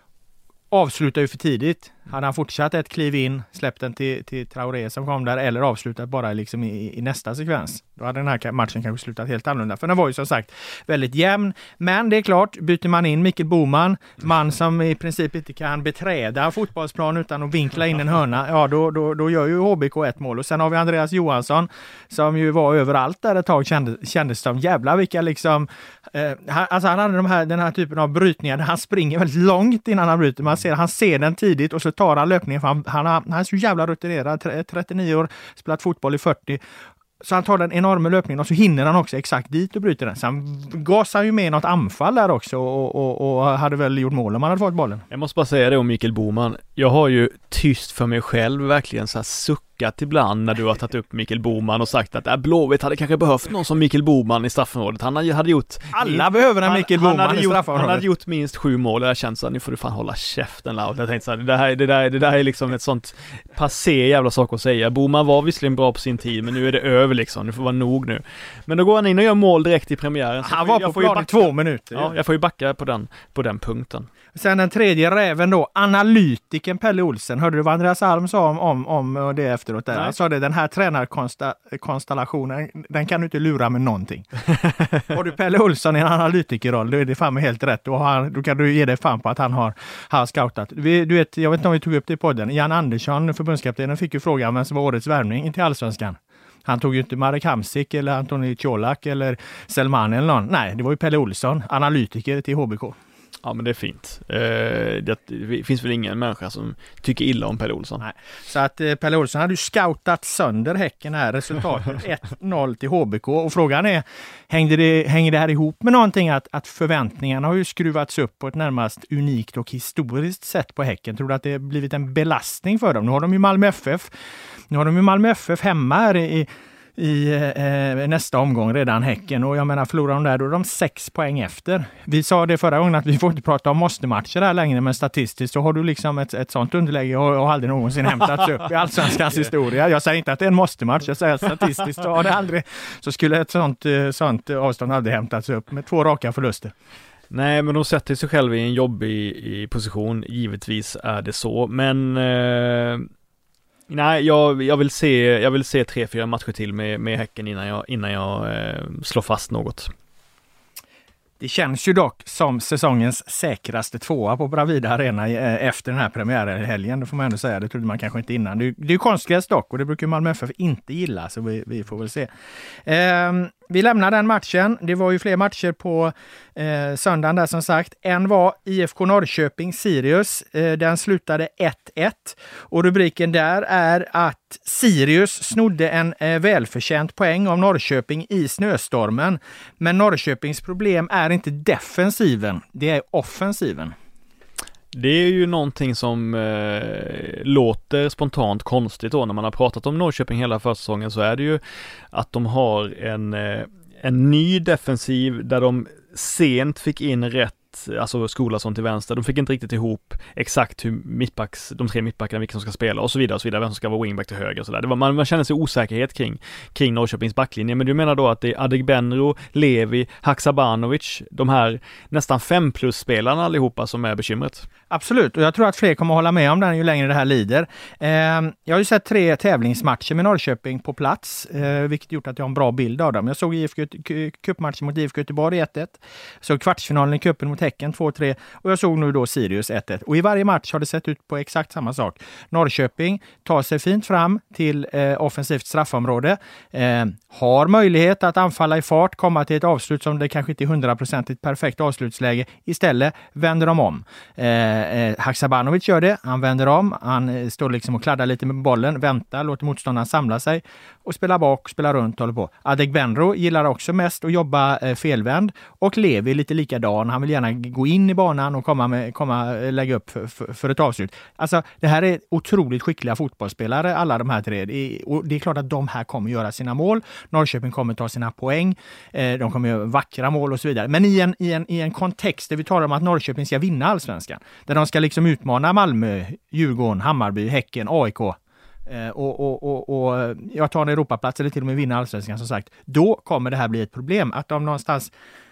Avslutar ju för tidigt. Hade han fortsatt ett kliv in, släppt den till, till Traoré som kom där eller avslutat bara liksom i, i nästa sekvens. Då hade den här matchen kanske slutat helt annorlunda. För den var ju som sagt väldigt jämn. Men det är klart, byter man in Mikael Boman, man som i princip inte kan beträda fotbollsplan utan att vinkla in en hörna, ja då, då, då gör ju H B K ett mål. Och sen har vi Andreas Johansson som ju var överallt där ett tag, kändes, kändes som jävla vilka liksom eh, alltså han hade de här, den här typen av brytningar där han springer väldigt långt innan han bryter. Man ser, han ser den tidigt och så tar han löpningen för han, han, han är så jävla rutinerad, trettionio år, spelat fotboll i fyrtio. Så han tar den enorma löpningen och så hinner han också exakt dit och bryter den. Så han gasar ju med något anfall där också och, och, och hade väl gjort mål om han hade fått bollen. Jag måste bara säga det om Mikael Boman. Jag har ju tyst för mig själv verkligen så här suckat ibland när du har tagit upp Mikael Boman och sagt att äh, Blåvitt hade kanske behövt någon som Mikael Boman i straffområdet. Han hade gjort... Alla behöver en Mikael Boman han i straffområdet. Han hade gjort minst sju mål och jag kände så här, nu får du fan hålla käften loud. Jag tänkte så här, det, här, det, där, det där är liksom ett sånt passé jävla sak att säga. Boman var visserligen bra på sin tid, men nu är det över liksom. Det får vara nog nu. Men då går han in och gör mål direkt i premiären. Han var på plan i två minuter. Ja, jag får ju backa på den, på den punkten. Sen den tredje räven då, analytiken Pelle Olsen. Hörde du vad Andreas Alm sa om, om, om det efteråt där? Han sa det, den här tränarkonstellationen, den kan du inte lura med någonting. Har du Pelle Olsson i en analytikerroll, då är det fan med helt rätt. Då, har, då kan du ge dig fan på att han har, har scoutat. Vi, du vet, jag vet inte om vi tog upp det i podden. Jan Andersson, förbundskaptenen, fick ju frågan vem som var årets värvning till Allsvenskan. Han tog ju inte Marek Hamsik eller Antoni Colak eller Selman eller någon. Nej, det var ju Pelle Olsson, analytiker till H B K. Ja, men det är fint. Eh, det, det finns väl ingen människa som tycker illa om Pelle Olsson. Nej. Så att eh, Pelle Olsson hade ju scoutat sönder Häcken här. Resultatet ett noll till H B K. Och frågan är, hängde det, hänger det här ihop med någonting att, att förväntningarna har ju skruvats upp på ett närmast unikt och historiskt sätt på Häcken? Tror du att det har blivit en belastning för dem? Nu har de ju Malmö F F. Nu har de ju Malmö F F hemma här i i eh, nästa omgång redan Häcken, och jag menar förlorar de där då är de sex poäng efter. Vi sa det förra gången att vi får inte prata om måste-matcher här längre, men statistiskt så har du liksom ett, ett sånt underläge och, och aldrig någonsin hämtats upp i allsvenskans historia. Jag säger inte att det är en måste-match, jag säger att statistiskt så har det aldrig, så skulle ett sånt, sånt avstånd aldrig hämtats upp med två raka förluster. Nej, men de sätter sig själva i en jobbig i position, givetvis är det så, men eh... Nej, jag, jag, vill se, jag vill se tre, fyra matcher till med, med Häcken innan jag, innan jag eh, slår fast något. Det känns ju dock som säsongens säkraste tvåa på Bravida Arena eh, efter den här premiärhelgen. Det får man ändå säga, det trodde man kanske inte innan. Det, det är ju konstgräs dock, och det brukar Malmö F F inte gilla, så vi, vi får väl se. Eh, vi lämnar den matchen. Det var ju fler matcher på eh, söndagen där som sagt. En var I F K Norrköping Sirius. Eh, den slutade ett ett. Och rubriken där är att Sirius snodde en eh, välförtjänt poäng av Norrköping i snöstormen. Men Norrköpings problem är inte defensiven, det är offensiven. Det är ju någonting som eh, låter spontant konstigt då. När man har pratat om Norrköping hela försäsongen så är det ju att de har en, eh, en ny defensiv där de sent fick in rätt, alltså Skolason till vänster. De fick inte riktigt ihop exakt hur mittbacks, de tre mittbackarna, vilka som ska spela och så vidare och så vidare, vem som ska vara wingback till höger och så där. Det var, man, man känner sig osäkerhet kring, kring Norrköpings backlinje, men du menar då att det är Adegbenro, Levi, Haksabanovic, de här nästan fem plus spelarna allihopa som är bekymret? Absolut, och jag tror att fler kommer att hålla med om den ju längre det här lider. Eh, jag har ju sett tre tävlingsmatcher med Norrköping på plats, eh, vilket gjort att jag har en bra bild av dem. Jag såg I F K cupmatchen mot I F K Göteborg ett ett, såg kvartsfinalen i cupen mot Häcken två tre och jag såg nu då Sirius ett ett. Och i varje match har det sett ut på exakt samma sak. Norrköping tar sig fint fram till eh, offensivt straffområde, eh, har möjlighet att anfalla i fart, komma till ett avslut som det kanske inte är hundraprocentigt perfekt avslutsläge. Istället vänder de om. Eh, Eh, Haksabanovic gör det, han vänder om, han eh, står liksom och kladdar lite med bollen, väntar, låter motståndaren samla sig och spelar bak, spelar runt, håller på. Adegbenro gillar också mest att jobba eh, felvänd, och Levi är lite likadan, han vill gärna gå in i banan och komma, med, komma lägga upp för, för, för ett avslut. Alltså det här är otroligt skickliga fotbollsspelare, alla de här tre, det är, och det är klart att de här kommer göra sina mål, Norrköping kommer ta sina poäng, eh, de kommer göra vackra mål och så vidare, men i en, i en, i en kontext där vi talar om att Norrköping ska vinna allsvenskan, där de ska liksom utmana Malmö, Djurgården, Hammarby, Häcken, A I K eh, och, och, och, och jag tar en Europaplats eller till och med vinna allsvenskan som sagt, då kommer det här bli ett problem. Att de någonstans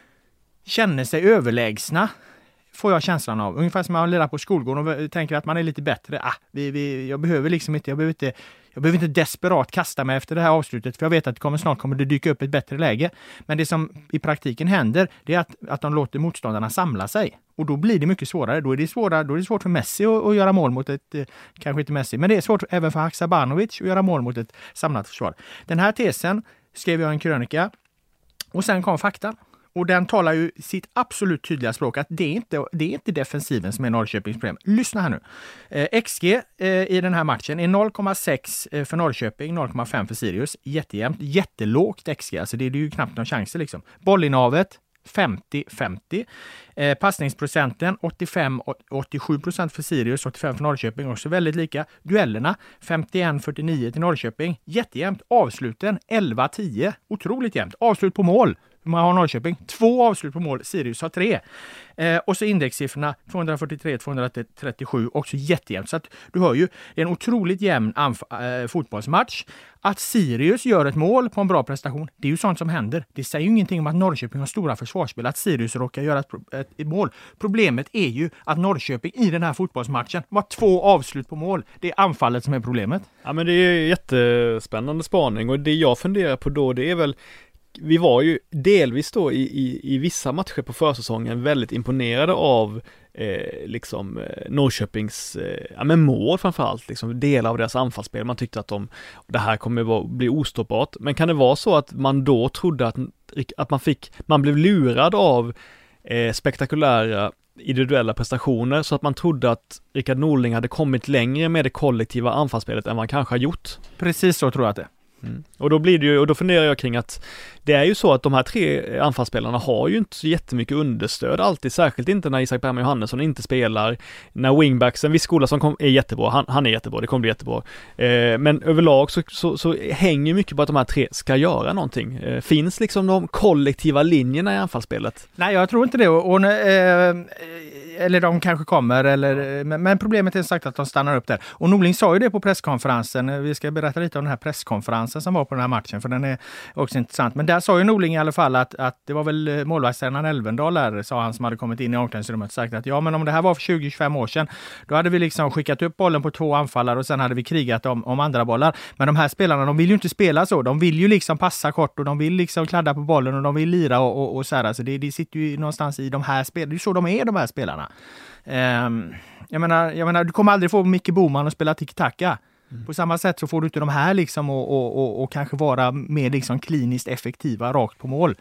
känner sig överlägsna får jag känslan av. Ungefär som man lirar på skolgården och tänker att man är lite bättre. Ah, vi, vi, jag behöver liksom inte, jag behöver inte Jag behöver inte desperat kasta mig efter det här avslutet, för jag vet att det kommer, snart kommer det dyka upp ett bättre läge. Men det som i praktiken händer, det är att, att de låter motståndarna samla sig. Och då blir det mycket svårare. Då är det, svårare, då är det svårt för Messi att, att göra mål mot ett, eh, kanske inte Messi, men det är svårt även för Haksabanovic att göra mål mot ett samlat försvar. Den här tesen skrev jag i en krönika och sen kom fakta. Och den talar ju sitt absolut tydliga språk att det är inte, det är inte defensiven som är Norrköpings problem. Lyssna här nu. Eh, X G eh, i den här matchen är noll komma sex för Norrköping, noll komma fem för Sirius. Jättejämnt, jättelågt X G. Alltså det är ju knappt någon chans liksom. Bollinnehavet femtio femtio. Eh, passningsprocenten åttiofem åttiosju procent för Sirius, åttiofem för Norrköping, också väldigt lika. Duellerna femtioett fyrtionio till Norrköping. Jättejämnt. Avsluten elva tio. Otroligt jämnt. Avslut på mål. Man har Norrköping. Två avslut på mål. Sirius har tre. Eh, och så indexsiffrorna tvåhundrafyrtiotre tvåhundratrettiosju. Också jättejämnt. Så att du hör ju, det är en otroligt jämn anf- äh, fotbollsmatch. Att Sirius gör ett mål på en bra prestation, det är ju sånt som händer. Det säger ju ingenting om att Norrköping har stora försvarsspel, att Sirius råkar göra ett, ett, ett mål. Problemet är ju att Norrköping i den här fotbollsmatchen var två avslut på mål. Det är anfallet som är problemet. Ja, men det är jättespännande spaning, och det jag funderar på då, det är väl, vi var ju delvis då i, i, i vissa matcher på försäsongen väldigt imponerade av eh, liksom eh, Norrköpings eh, ja, men mål framförallt, liksom delar av deras anfallsspel. Man tyckte att de, det här kommer vara, bli ostoppbart. Men kan det vara så att man då trodde att, att man fick, man blev lurad av eh, spektakulära individuella prestationer, så att man trodde att Rickard Norling hade kommit längre med det kollektiva anfallsspelet än man kanske har gjort? Precis så tror jag att det. Mm. Och då blir det ju, och då funderar jag kring att det är ju så att de här tre anfallsspelarna har ju inte så jättemycket understöd alltid, särskilt inte när Isak Bergman Johannesson inte spelar, när wingbacksen, Visst Skolason kom, är jättebra, han, han är jättebra, det kommer bli jättebra. Eh, men överlag så, så, så hänger mycket på att de här tre ska göra någonting. Eh, finns liksom de kollektiva linjerna i anfallsspelet? Nej, jag tror inte det. Och, och, eh, eller de kanske kommer, eller, men, men problemet är sagt att de stannar upp där. Och Norling sa ju det på presskonferensen. Vi ska berätta lite om den här presskonferensen som var på den här matchen, för den är också intressant. Men där sa ju Norling i alla fall att, att det var väl målvaktstränaren Elvendal där, sa han, som hade kommit in i omklädningsrummet och sagt att ja, men om det här var för tjugo till tjugofem år sedan, då hade vi liksom skickat upp bollen på två anfallare och sen hade vi krigat om, om andra bollar. Men de här spelarna, de vill ju inte spela så. De vill ju liksom passa kort och de vill liksom kladda på bollen och de vill lira och, och, och så här. Alltså det, det sitter ju någonstans i de här spelarna. Det är så de är, de här spelarna. Um, jag menar, jag menar, du kommer aldrig få Micke Boman att spela tiki-taka. Mm. På samma sätt så får du inte de här liksom och, och, och, och kanske vara mer liksom kliniskt effektiva rakt på mål.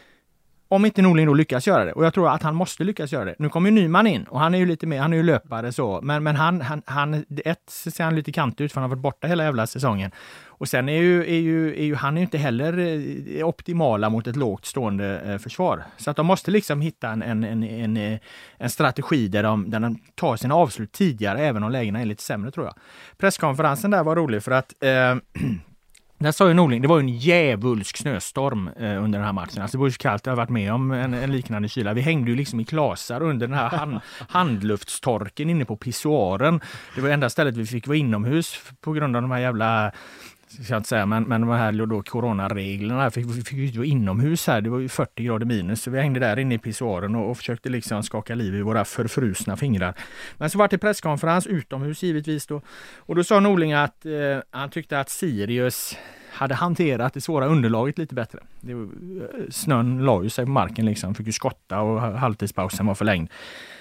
Om inte Norling då lyckas göra det. Och jag tror att han måste lyckas göra det. Nu kommer ju Nyman in och han är ju lite mer, han är ju löpare så. Men, men han, han, han, ett ser han lite kant ut för han har varit borta hela jävla säsongen. Och sen är ju, är ju, är ju han är ju inte heller optimala mot ett lågt stående eh, försvar. Så att de måste liksom hitta en, en, en, en, en strategi där de, där de tar sina avslut tidigare, även om lägena är lite sämre, tror jag. Presskonferensen där var rolig för att eh, där sa ju Norling, det var ju en djävulsk snöstorm eh, under den här matchen. Alltså det var ju så kallt, jag har varit med om en, en liknande kyla. Vi hängde ju liksom i klasar under den här hand, handluftstorken inne på pissoaren. Det var enda stället vi fick vara inomhus på grund av de här jävla, ska jag inte säga, men, men de här då coronareglerna. Fick, vi fick ju vara inomhus här, det var ju fyrtio grader minus. Så vi hängde där inne i pissoaren och, och försökte liksom skaka liv i våra förfrusna fingrar. Men så var det presskonferens utomhus givetvis då. Och då sa Norling att eh, han tyckte att Sirius hade hanterat det svåra underlaget lite bättre. Det var, snön la ju sig på marken liksom, fick ju skotta och halvtidspausen var förlängd.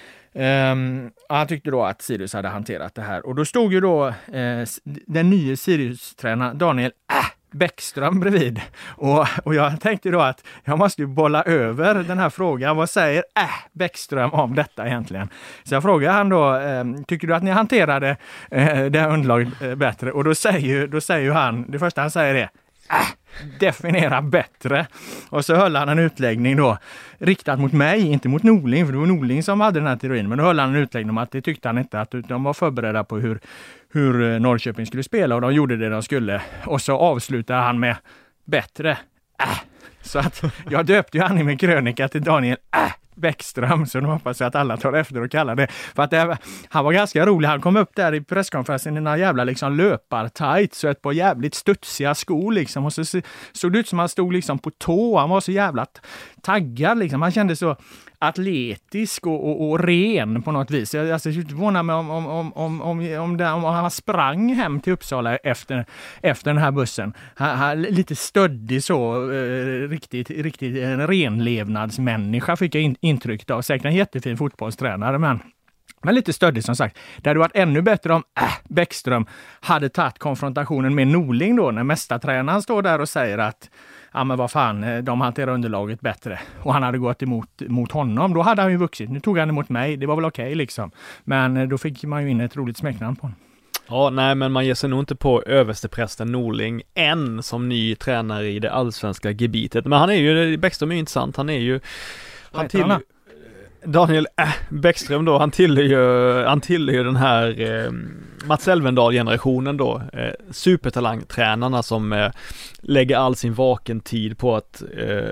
Um, han tyckte då att Sirius hade hanterat det här. Och då stod ju då eh, den nya Sirius-tränaren Daniel äh, Bäckström bredvid. Och, och jag tänkte då att jag måste ju bolla över den här frågan. Vad säger äh, Bäckström om detta egentligen? Så jag frågade han då, eh, tycker du att ni hanterade eh, det här underlaget eh, bättre? Och då säger, då säger han, det första han säger är äh, definiera bättre. Och så höll han en utläggning då riktat mot mig, inte mot Norling, för det var Norling som hade den här teorin, men då höll han en utläggning om att det tyckte han inte, att de var förberedda på hur, hur Norrköping skulle spela och de gjorde det de skulle. Och så avslutade han med bättre. Äh. Så att jag döpte ju han i min krönika till Daniel äh. Bäckström, så nu hoppas jag att alla tar efter och kallar det. För att det, han var ganska rolig. Han kom upp där i presskonferensen i några jävla liksom löpartajt, så ett par jävligt studsiga skor liksom. Och så såg det ut som han stod liksom på tå. Han var så jävla taggad liksom. Han kände så atletisk och, och, och ren på något vis. Jag alltså, förvånar mig om, om, om, om, om, om, det, om han sprang hem till Uppsala efter, efter den här bussen. Han, han, lite stöddig så, eh, riktigt, riktigt en renlevnadsmänniska fick jag in, intryck av. Säkert en jättefin fotbollstränare, men Men lite stöddig som sagt. Det hade varit ännu bättre om äh, Bäckström hade tagit konfrontationen med Norling då, när mästartränaren står där och säger att ja men vad fan, de hanterar underlaget bättre. Och han hade gått emot mot honom. Då hade han ju vuxit. Nu tog han emot mig. Det var väl okej okay, liksom. Men då fick man ju in ett roligt smeknamn på honom. Ja, nej, men man ger sig nog inte på översteprästen Norling än som ny tränare i det allsvenska gebitet. Men han är ju, Bäckström är ju intressant. Han är ju han till, Daniel äh, Bäckström då, han tillhör ju, han tillhör ju den här eh, Mats Elvendal-generationen då, eh, supertalangtränarna som eh, lägger all sin vaken tid på att eh,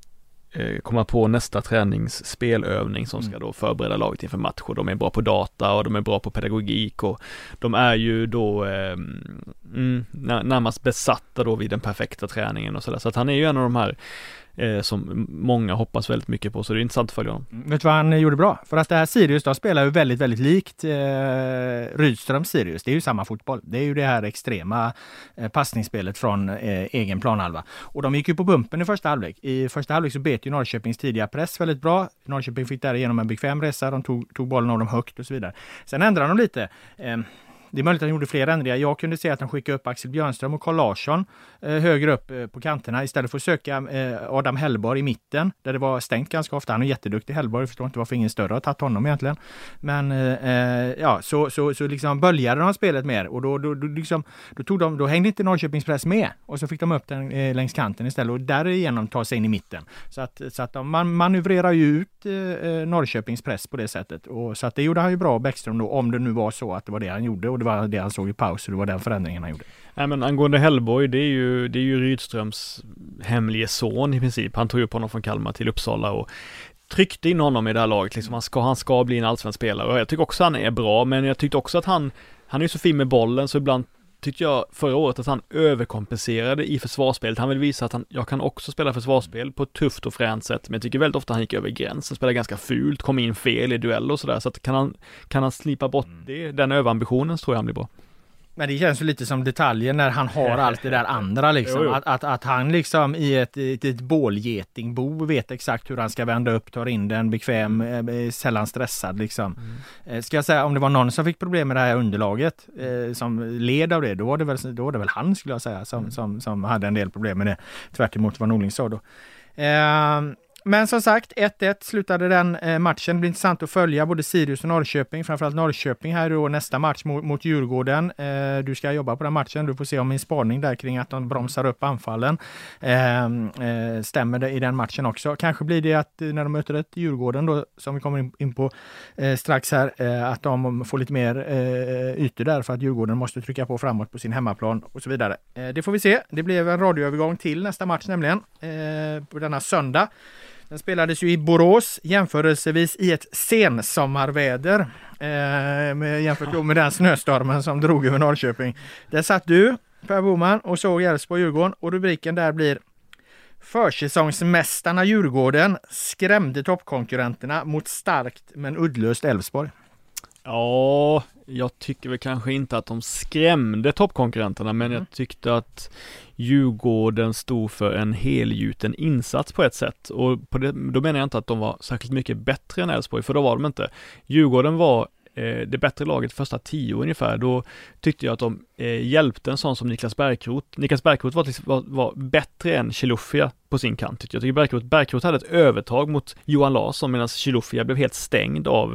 eh, komma på nästa träningsspelövning som ska då förbereda laget inför match, och de är bra på data och de är bra på pedagogik och de är ju då eh, mm, närmast besatta då vid den perfekta träningen och sådär, så att han är ju en av de här Eh, som många hoppas väldigt mycket på, så det är intressant att följa honom. Vet du vad han gjorde bra? För att det här Sirius då spelar ju väldigt, väldigt likt eh, Rydströms Sirius. Det är ju samma fotboll. Det är ju det här extrema eh, passningsspelet från eh, egen planhalva. Och de gick ju på bumpen i första halvlek. I första halvlek så bet ju Norrköpings tidiga press väldigt bra. Norrköping fick därigenom en bekväm resa. De tog, tog bollen av dem högt och så vidare. Sen ändrade de lite. Eh, det är möjligt att han gjorde fler ändringar. Jag kunde se att han skickade upp Axel Björnström och Carl Larsson eh, högre upp eh, på kanterna istället för att söka eh, Adam Hellborg i mitten där det var stängt ganska ofta. Han är jätteduktig Hellborg, jag förstår inte varför ingen större har tagit honom egentligen. Men eh, ja, så, så, så liksom böljade de spelet mer och då, då, då, liksom, då, tog de, då hängde inte Norrköpings press med och så fick de upp den eh, längs kanten istället och därigenom ta sig in i mitten. Så att, så att de, man manövrerar ju ut eh, Norrköpings press på det sättet. Och, så att det gjorde han ju bra, Bäckström då, om det nu var så att det var det han gjorde och det var det han såg i paus och det var den förändringen han gjorde. Nej, men angående Hellborg, det är ju, det är ju Rydströms hemlige son i princip. Han tog upp honom från Kalmar till Uppsala och tryckte in honom i det här laget. Liksom, han, ska, han ska bli en allsvensk spelare och jag tycker också att han är bra, men jag tyckte också att han, han är ju så fin med bollen så ibland tyckte jag förra året att han överkompenserade i försvarsspelet. Han vill visa att han, jag kan också spela försvarsspel på ett tufft och fränt sätt, men jag tycker väldigt ofta han gick över gränsen, spelade ganska fult, kom in fel i duell och sådär, så att kan han, kan han slipa bort det, den överambitionen tror jag han blir bra. Men det känns ju lite som detaljer när han har allt det där andra liksom. Jo, jo. Att, att, att han liksom i ett, ett, ett bålgetingbo vet exakt hur han ska vända upp, tar in den bekväm, eh, sällan stressad liksom. Mm. Eh, ska jag säga, om det var någon som fick problem med det här underlaget eh, som led av det, då var det väl, då var det väl han skulle jag säga som, mm. som, som hade en del problem med det. Tvärt emot vad Norling sa då. Eh, Men som sagt, ett ett slutade den eh, matchen. Det blir intressant att följa både Sirius och Norrköping. Framförallt Norrköping här då nästa match mot, mot Djurgården. Eh, du ska jobba på den matchen. Du får se om min spaning där kring att de bromsar upp anfallen. Eh, eh, stämmer det i den matchen också. Kanske blir det att när de möter ett Djurgården då, som vi kommer in, in på eh, strax här, eh, att de får lite mer eh, ytor där för att Djurgården måste trycka på framåt på sin hemmaplan och så vidare. Eh, det får vi se. Det blev en radioövergång till nästa match nämligen eh, på denna söndag. Den spelades ju i Borås, jämförelsevis i ett sensommarväder eh, med, jämfört med den snöstormen som drog över Norrköping. Där satt du, Per Boman, och såg Elfsborg Djurgården och rubriken där blir Försäsongsmästarna Djurgården skrämde toppkonkurrenterna mot starkt men uddlöst Elfsborg. Ja, jag tycker väl kanske inte att de skrämde toppkonkurrenterna, men mm. jag tyckte att Djurgården stod för en helgjuten insats på ett sätt. Och på det, då menar jag inte att de var särskilt mycket bättre än Elfsborg, för då var de inte. Djurgården var eh, det bättre laget första tio ungefär. Då tyckte jag att de eh, hjälpte en sån som Niklas Bergkrot. Niklas Bergkrot var, var, var bättre än Chilufya på sin kant. Jag tycker Bergkrot, Bergkrot hade ett övertag mot Johan Larsson medan Chilufya blev helt stängd av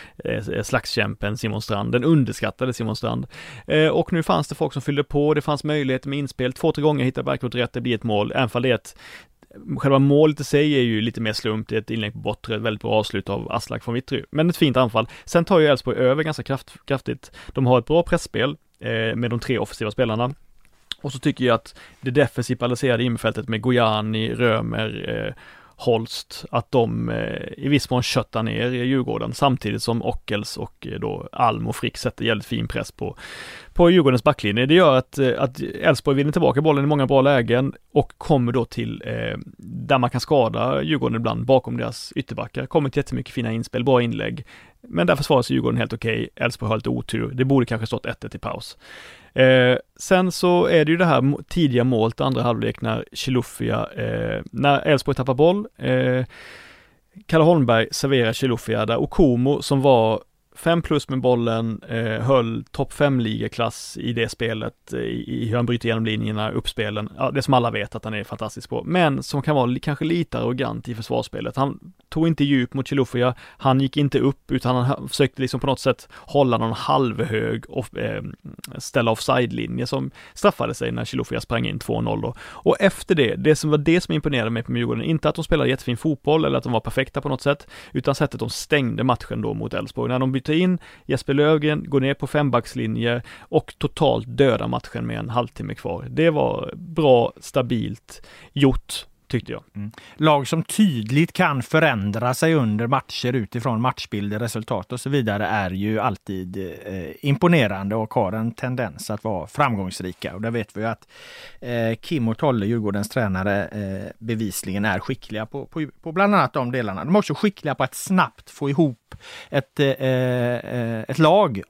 eh, slagskämpen Simon Strand. Den underskattade Simon Strand. Eh, och nu fanns det folk som fyllde på. Det fanns möjlighet med inspel. Två, tre gånger hittade Bergkrot rätt. Det blir ett mål. Även fall det är ett själva målet i sig är ju lite mer slump. Det är ett inlägg på bortre, ett väldigt bra avslut av Aslak från Vittry. Men ett fint anfall. Sen tar ju Elfsborg över ganska kraft, kraftigt. De har ett bra pressspel eh, med de tre offensiva spelarna. Och så tycker jag att det defensivt balanserade infältet med Gojani, Römer, eh, Holst, att de eh, i viss mån köttar ner i Djurgården samtidigt som Ockels och eh, då Alm och Frick sätter jävligt fin press på, på Djurgårdens backlinje. Det gör att, eh, att Elfsborg vinner tillbaka bollen i många bra lägen och kommer då till eh, där man kan skada Djurgården ibland bakom deras ytterbackar. Kommer till jättemycket fina inspel, bra inlägg. Men där försvarar sig Djurgården helt okej. Elfsborg har lite otur. Det borde kanske stått ett ett i paus. Eh, sen så är det ju det här tidiga målet, andra halvlek när Chilufya, eh, när Elfsborg tappar boll. Eh, Kalle Holmberg serverar Chilufya där Okomo som var fem plus med bollen, eh, höll topp fem ligaklass i det spelet, i, i hur han bryter igenom linjerna, uppspelen, ja, det som alla vet att han är fantastisk på, men som kan vara li, kanske lite arrogant i försvarsspelet. Han tog inte djup mot Chilufya, han gick inte upp utan han försökte liksom på något sätt hålla någon halvhög och eh, ställa offside-linje som straffade sig när Chilufya sprang in två noll då. Och efter det, det som var det som imponerade mig på Djurgården, inte att de spelade jättefin fotboll eller att de var perfekta på något sätt, utan sättet de stängde matchen då mot Elfsborg. När de bytte in Jesper Löfgren, går ner på fembackslinje och totalt döda matchen med en halvtimme kvar. Det var bra, stabilt gjort, tyckte jag. Mm. Lag som tydligt kan förändra sig under matcher utifrån matchbilder, resultat och så vidare är ju alltid eh, imponerande och har en tendens att vara framgångsrika. Och där vet vi ju att eh, Kim och Tolle, Djurgårdens tränare, eh, bevisligen är skickliga på, på, på bland annat de delarna. De är också skickliga på att snabbt få ihop ett, eh, eh, ett lag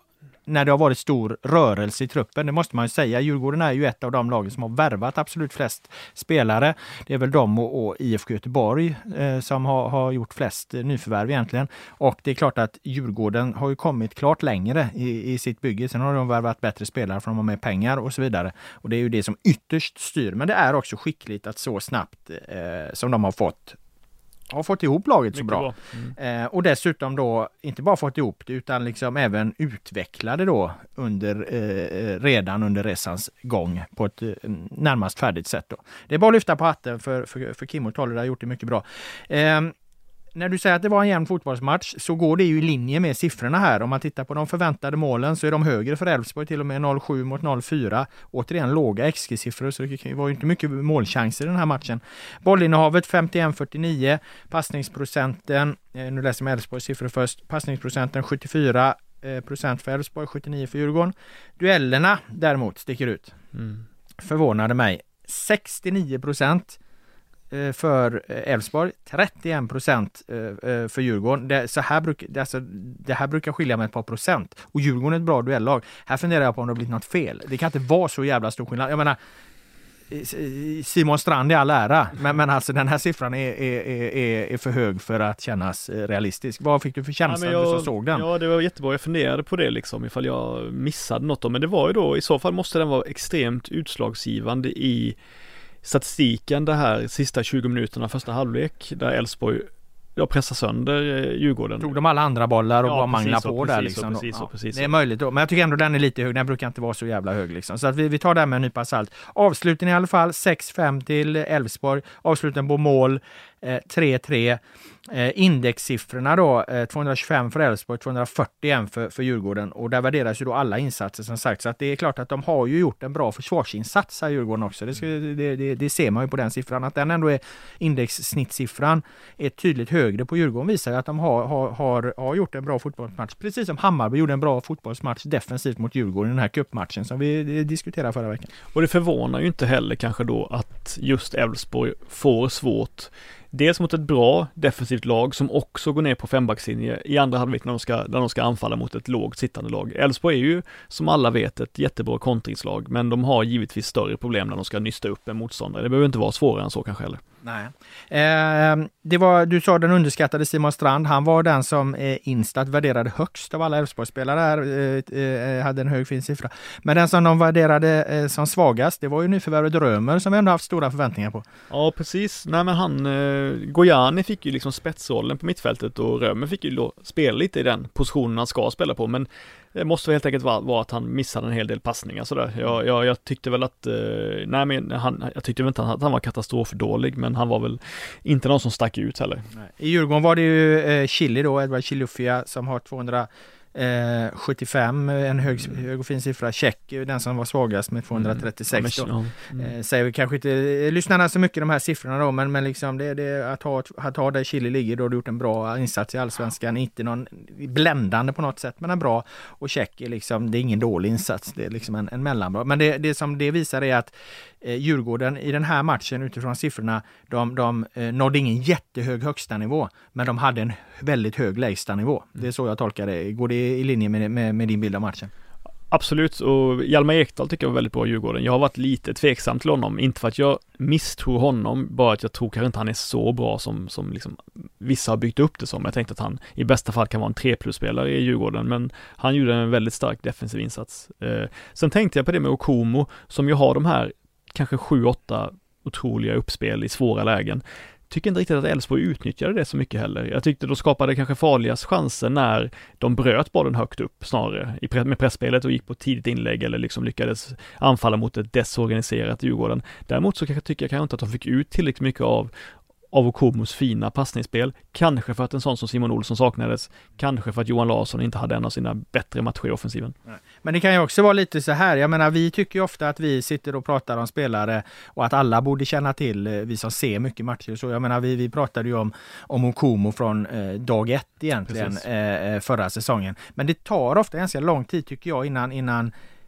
när det har varit stor rörelse i truppen. Det måste man ju säga. Djurgården är ju ett av de lagen som har värvat absolut flest spelare. Det är väl de och, och I F K Göteborg eh, som har, har gjort flest eh, nyförvärv egentligen. Och det är klart att Djurgården har ju kommit klart längre i, i sitt bygge. Sen har de värvat bättre spelare för de har med pengar och så vidare. Och det är ju det som ytterst styr. Men det är också skickligt att så snabbt eh, som de har fått har fått ihop laget så bra. bra. Mm. Eh, och dessutom då inte bara fått ihop det utan liksom även utvecklade då under, eh, redan under resans gång på ett eh, närmast färdigt sätt då. Det är bara att lyfta på hatten för, för, för Kim och Tolle, har gjort det mycket bra. Eh, När du säger att det var en jämn fotbollsmatch så går det ju i linje med siffrorna här. Om man tittar på de förväntade målen så är de högre för Elfsborg, till och med noll komma sju mot noll komma fyra. Återigen låga X G-siffror, så det var ju inte mycket målchanser i den här matchen. Bollinnehavet femtioen fyrtionio, passningsprocenten, nu läser jag Elfsborgs siffror först, passningsprocenten sjuttiofyra procent för Elfsborg, sjuttionio för Djurgården. Duellerna däremot sticker ut. Mm. Förvånade mig. sextionio procent för Elfsborg, trettioen procent för Djurgården. Det, så här bruk, det, alltså, det här brukar skilja med ett par procent. Och Djurgården är ett bra duellag. Här funderar jag på om det har blivit något fel. Det kan inte vara så jävla stor skillnad. Jag menar, Simon Strand är all ära, men, men alltså den här siffran är, är, är, är för hög för att kännas realistisk. Vad fick du för känsla när ja, du så såg den? Ja, det var jättebra. Jag funderade på det liksom, ifall jag missade något då. Men det var ju då, i så fall måste den vara extremt utslagsgivande i statistiken det här sista tjugo minuterna första halvlek, där Elfsborg ja, pressar sönder Djurgården. Tog de alla andra bollar och ja, bara mangla på och där precis, liksom. Och precis, och precis, ja, det är möjligt då. Men jag tycker ändå den är lite hög. Den brukar inte vara så jävla hög liksom. Så att vi, vi tar den med en nypa salt. Avsluten i alla fall sex fem till Elfsborg. Avsluten på mål eh, tre tre. Eh, indexsiffrorna då eh, tvåhundratjugofem för Elfsborg, tvåhundrafyrtioen för, för Djurgården, och där värderas ju då alla insatser som sagt, så att det är klart att de har ju gjort en bra försvarsinsats här Djurgården också. Det, ska, det, det, det ser man ju på den siffran, att den ändå är indexsnittsiffran är tydligt högre på Djurgården, visar ju att de har, har, har, har gjort en bra fotbollsmatch, precis som Hammarby gjorde en bra fotbollsmatch defensivt mot Djurgården i den här cupmatchen som vi diskuterade förra veckan. Och det förvånar ju inte heller kanske då att just Elfsborg får svårt dels mot ett bra defensivt lag som också går ner på fembackslinje i andra halvlek när de ska, när de ska anfalla mot ett lågt sittande lag. Elfsborg är ju som alla vet ett jättebra kontringslag, men de har givetvis större problem när de ska nysta upp en motståndare. Det behöver inte vara svårare än så kanske heller. Nej. Eh, det var, du sa den underskattade Simon Strand, han var den som eh, Instat värderade högst av alla Elfsborgsspelare här, eh, eh, hade en hög fin siffra. Men den som de värderade eh, som svagast, det var ju nyförvärvet Römer som vi ändå haft stora förväntningar på. Ja, precis. Nej, men han, eh, Gojani fick ju liksom spetsrollen på mittfältet och Römer fick ju då spela lite i den positionen han ska spela på, men det måste helt enkelt vara, vara att han missade en hel del passningar sådär. Jag, jag, jag tyckte väl att, eh, nej men han, jag tyckte väl inte att han var katastrofdålig, men han var väl inte någon som stack ut heller. Nej. I Djurgården var det ju eh, Chili då, Edward Chilufya, som har tvåhundrasjuttiofem, en hög, hög och fin siffra. Tjeck, den som var svagast med tvåhundratrettiosex mm. då. Mm. Eh, säger vi kanske inte eh, lyssnarna så mycket de här siffrorna då, men, men liksom det, det, att, ha, att ha där Chile ligger då, har gjort en bra insats i Allsvenskan, inte någon bländande på något sätt, men en bra, och Tjeck är liksom, det är ingen dålig insats, det är liksom en, en mellanbra, men det, det som det visar är att eh, Djurgården i den här matchen utifrån siffrorna, de, de eh, nådde ingen jättehög högsta nivå, men de hade en väldigt hög lägsta nivå. Det är så jag tolkar det. Går det i linje med, med, med din bild av matchen? Absolut, och Hjalmar Ekdal tycker jag var väldigt bra i Djurgården. Jag har varit lite tveksam till honom, inte för att jag misstror honom, bara att jag tror kanske inte han är så bra som, som liksom vissa har byggt upp det som. Jag tänkte att han i bästa fall kan vara en tre plus-spelare i Djurgården, men han gjorde en väldigt stark defensiv insats. Eh, sen tänkte jag på det med Okomo, som ju har de här kanske sju åtta otroliga uppspel i svåra lägen. Tycker inte riktigt att Elfsborg utnyttjade det så mycket heller. Jag tyckte då skapade kanske farligast chanser när de bröt bollen högt upp snarare i pre- med pressspelet och gick på tidigt inlägg eller liksom lyckades anfalla mot ett desorganiserat Djurgården. Däremot så tycker jag kanske inte att de fick ut tillräckligt mycket av av Okomos fina passningsspel. Kanske för att en sån som Simon Olsson saknades. Kanske för att Johan Larsson inte hade en av sina bättre matcher i offensiven. Men det kan ju också vara lite så här. Jag menar, vi tycker ju ofta att vi sitter och pratar om spelare och att alla borde känna till, vi som ser mycket matcher. Så jag menar, vi, vi pratade ju om, om Okomo från eh, dag ett egentligen eh, förra säsongen. Men det tar ofta ganska lång tid tycker jag innan, innan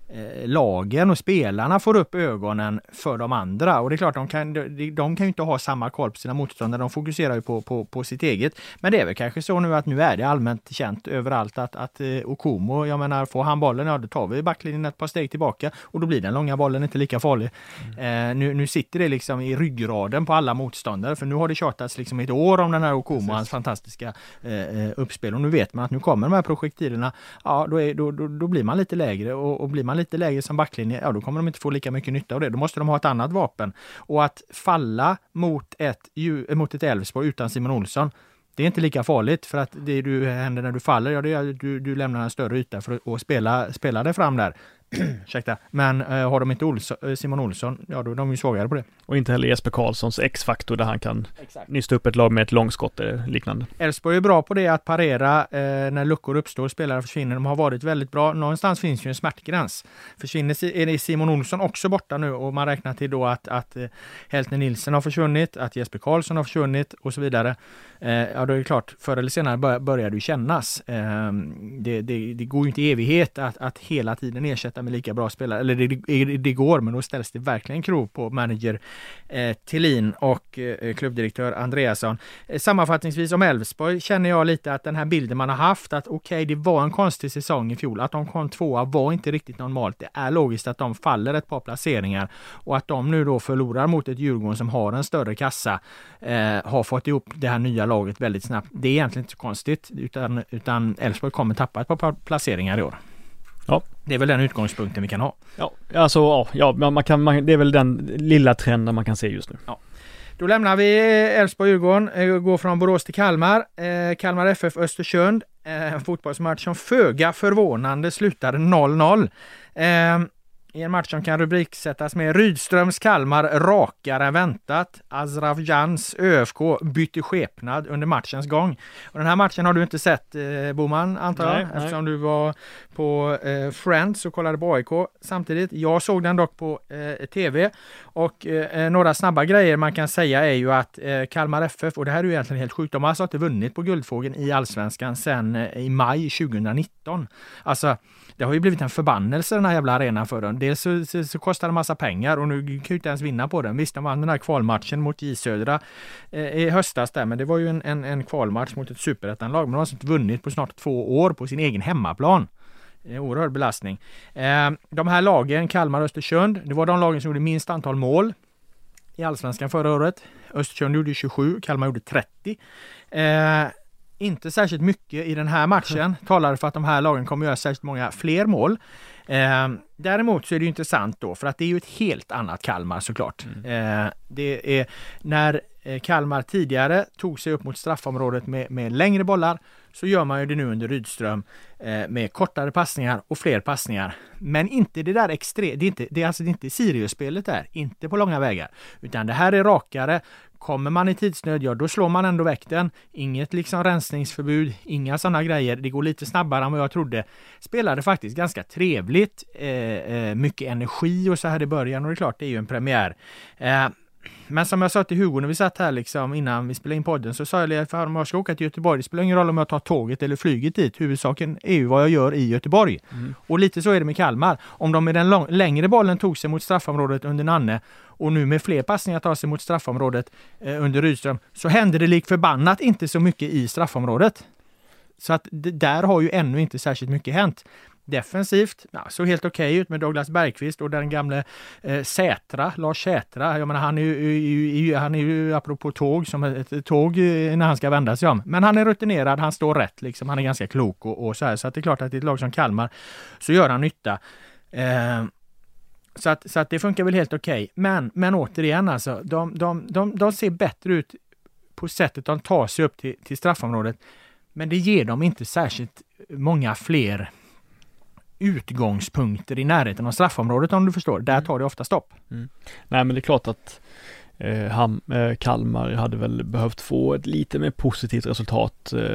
lagen och spelarna får upp ögonen för de andra. Och det är klart, de kan, de, de kan ju inte ha samma koll på sina motståndare. De fokuserar ju på, på, på sitt eget. Men det är väl kanske så nu att nu är det allmänt känt överallt att, att Okumo, jag menar, får han bollen, ja då tar vi backlinjen ett par steg tillbaka och då blir den långa bollen inte lika farlig. Mm. Eh, nu, nu sitter det liksom i ryggraden på alla motståndare, för nu har det tjatats liksom ett år om den här Okumo, hans fantastiska eh, uppspel, och nu vet man att nu kommer de här projektilerna, ja då, är, då, då, då blir man lite lägre och, och blir man lite lägre som backlinje, ja då kommer de inte få lika mycket nytta av det. Då måste de ha ett annat vapen. Och att falla mot ett, mot ett Elfsborg utan Simon Olsson, det är inte lika farligt, för att det du händer när du faller, ja det är att du, du lämnar en större yta för att spela, spela dig fram där. Ursäkta. Men eh, har de inte Olsson, Simon Olsson, ja då är de ju svagare på det. Och inte heller Jesper Karlssons X-faktor där han kan Exakt. nysta upp ett lag med ett långskott eller liknande. Elfsborg är bra på det, att parera eh, när luckor uppstår, spelare försvinner. De har varit väldigt bra. Någonstans finns ju en smärtgräns. Försvinner är Simon Olsson också borta nu, och man räknar till då att, att eh, Heltner Nilsson har försvunnit, att Jesper Karlsson har försvunnit och så vidare. Eh, ja då är det klart, förr eller senare bör, börjar det ju kännas. Eh, det, det, det går ju inte i evighet att, att hela tiden ersätta med lika bra spelare, eller det, det, det går, men då ställs det verkligen krov på manager eh, Thelin och eh, klubbdirektör Andreasson. Eh, sammanfattningsvis om Elfsborg känner jag lite att den här bilden man har haft, att okej, okay, det var en konstig säsong i fjol, att de kom tvåa var inte riktigt normalt. Det är logiskt att de faller ett par placeringar, och att de nu då förlorar mot ett Djurgården som har en större kassa, eh, har fått ihop det här nya laget väldigt snabbt. Det är egentligen inte så konstigt, utan, utan Elfsborg kommer tappa ett par placeringar i år. Ja. Det är väl den utgångspunkten vi kan ha. Ja, alltså ja, man kan, man, det är väl den lilla trenden man kan se just nu. Ja. Då lämnar vi Elfsborg-Djurgården, går från Borås till Kalmar. Eh, Kalmar F F Östersund, eh, en fotbollsmatch som föga förvånande slutade noll noll. Eh, I en match som kan rubriksättas med Rydströms Kalmar rakare än väntat. Azraf Jans Ö F K bytte skepnad under matchens gång. Och den här matchen har du inte sett, eh, Boman, antar jag, nej, eftersom nej. du var på eh, Friends och kollade på A I K samtidigt. Jag såg den dock på eh, tv, och eh, några snabba grejer man kan säga är ju att eh, Kalmar F F, och det här är ju egentligen helt sjukt, de har alltså inte vunnit på Guldfågeln i Allsvenskan sedan eh, i maj tjugonitton. Alltså, det har ju blivit en förbannelse den här jävla arenan för dem. Dels så, så, så kostar det massa pengar, och nu kan ju inte ens vinna på den. Visst, de vann den här kvalmatchen mot J Södra eh, i höstas där, men det var ju en, en, en kvalmatch mot ett superettanlag. Men de har alltså inte vunnit på snart två år på sin egen hemmaplan. Eh, oerhörd belastning. Eh, de här lagen, Kalmar och Östersund, det var de lagen som gjorde minst antal mål i Allsvenskan förra året. Östersund gjorde tjugosju, Kalmar gjorde trettio. Eh, Inte särskilt mycket i den här matchen talar för att de här lagen kommer göra särskilt många fler mål. Eh, däremot så är det ju intressant då, för att det är ju ett helt annat Kalmar såklart. Mm. Eh, det är när Kalmar tidigare tog sig upp mot straffområdet med, med längre bollar, så gör man ju det nu under Rydström eh, med kortare passningar och fler passningar. Men inte det där extra, det är inte, det är alltså inte Sirius-spelet där, inte på långa vägar, utan det här är rakare. Kommer man i tidsnöd, ja då slår man ändå väck den. Inget liksom rensningsförbud, inga sådana grejer. Det går lite snabbare än vad jag trodde. Spelade faktiskt ganska trevligt, eh, eh, mycket energi och så här i början, och det är klart det är ju en premiär. Eh, Men som jag sa till Hugo när vi satt här liksom innan vi spelade in podden, så sa jag att om jag ska åka till Göteborg, det spelar ingen roll om jag tar tåget eller flyget dit. Huvudsaken är ju vad jag gör i Göteborg. Mm. Och lite så är det med Kalmar. Om de med den lång- längre bollen tog sig mot straffområdet under Nanne, och nu med fler passningar tar sig mot straffområdet eh, under Rydström, så händer det lik förbannat inte så mycket i straffområdet. Så att det där har ju ännu inte särskilt mycket hänt. Defensivt, ja, så helt okej okay ut med Douglas Bergqvist och den gamle eh, Sätra, Lars Sätra. Jag menar, han är ju, han är ju apropå tåg, som ett, ett tåg när han ska vända sig om. Men han är rutinerad, han står rätt liksom, han är ganska klok och, och så här. Så att det är klart att i ett lag som Kalmar så gör han nytta. Eh, så, att, så att det funkar väl helt okej. Okay. Men, men återigen alltså, de, de, de, de ser bättre ut på sättet de tar sig upp till, till straffområdet. Men det ger dem inte särskilt många fler utgångspunkter i närheten av straffområdet, om du förstår. Där tar det ofta stopp. Mm. Nej, men det är klart att eh, Ham, eh, Kalmar hade väl behövt få ett lite mer positivt resultat eh,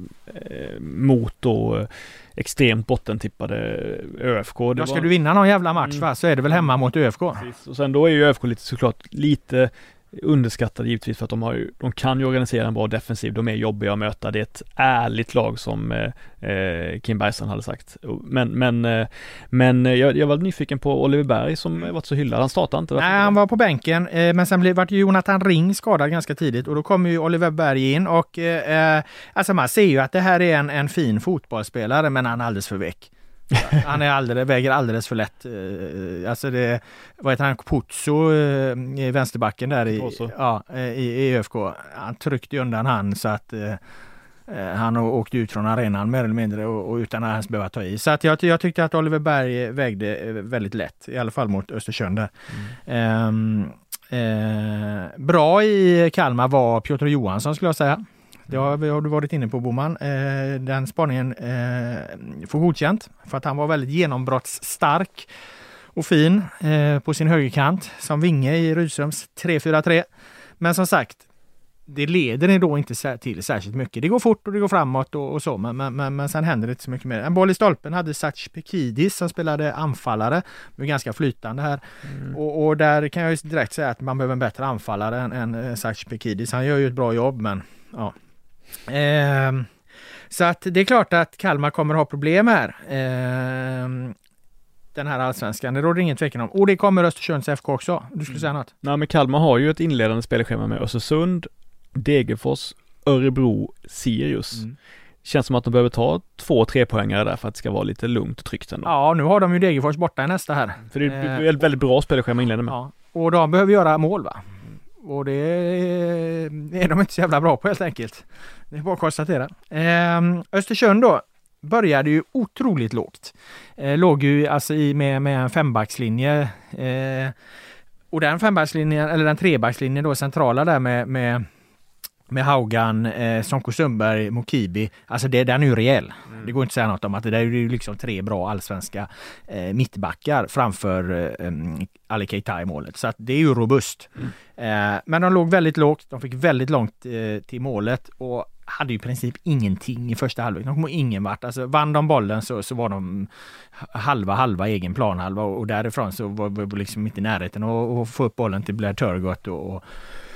eh, mot då eh, extremt bottentippade Ö F K. Det ja, ska var... du vinna någon jävla match, mm. va? Så är det väl hemma mot Ö F K. Precis. Och sen då är ju Ö F K lite såklart lite underskattade givetvis för att de, har ju, de kan ju organisera en bra defensiv, de är jobbiga att möta, det är ett ärligt lag som eh, Kim Bergstrand hade sagt. Men, men, eh, men jag, jag var nyfiken på Oliver Berg som varit så hyllad, han startade inte. Nej, han var på bänken, eh, men sen blev, vart Jonathan Ring skadad ganska tidigt och då kom ju Oliver Berg in och eh, alltså man ser ju att det här är en, en fin fotbollsspelare, men han är alldeles för väck. Han är alldeles, väger alldeles för lätt. Alltså det, vad heter han, Pozzo i vänsterbacken där i, ja, i, i ÖFK. Han tryckte undan han så att eh, han åkte ut från arenan mer eller mindre och, och utan att ens behöva ta i. Så att jag, jag tyckte att Oliver Berg vägde väldigt lätt, i alla fall mot Östersund där. Mm. Eh, eh, bra i Kalmar var Piotr Johansson skulle jag säga. Det har, har du varit inne på, Boman. Eh, den spaningen eh, får godkänt för att han var väldigt genombrottsstark och fin eh, på sin högerkant som vinge i Rydströms tre fyra tre. Men som sagt, det leder ni då inte till särskilt mycket. Det går fort och det går framåt och, och så, men, men, men, men sen händer det inte så mycket mer. En boll i stolpen hade Sac Pekidis som spelade anfallare. Det var ganska flytande här. Mm. Och, och där kan jag ju direkt säga att man behöver en bättre anfallare än, än Sac Pekidis. Han gör ju ett bra jobb, men ja. Eh, så att det är klart att Kalmar kommer ha problem här. Eh, den här allsvenskan, det råder ingen tvekan om. Och det kommer Östersunds F K också. Du skulle säga något? Nej, men Kalmar har ju ett inledande spelschema med Östersund, Degerfors, Örebro, Sirius. Mm. Känns som att de behöver ta två, tre poängare där för att det ska vara lite lugnt och tryggt ändå. Ja, nu har de ju Degerfors borta i nästa här. För det är ett väldigt bra spelschema inledande med. Ja, och de behöver göra mål, va? Och det är de inte så jävla bra på helt enkelt. Det är bara att konstatera. Eh, Östersund då började ju otroligt lågt. Eh, låg ju alltså i med, med en fembackslinje. Eh, och den fembackslinjen, eller den trebackslinjen då, centrala där med, med, med Haugan, eh, Sonko Sundberg, Mokibi. Alltså det, den är ju rejäl. Mm. Det går inte att säga något om att det där är ju liksom tre bra allsvenska eh, mittbackar framför eh, Ali Keita i målet. Så att det är ju robust. Mm. Eh, men de låg väldigt lågt. De fick väldigt långt eh, till målet och hade ju i princip ingenting i första halvlek. De kom ingen vart. Alltså vann de bollen så, så var de halva, halva egen planhalva och, och därifrån så var vi liksom inte i närheten att få upp bollen till Blair Turgott och, och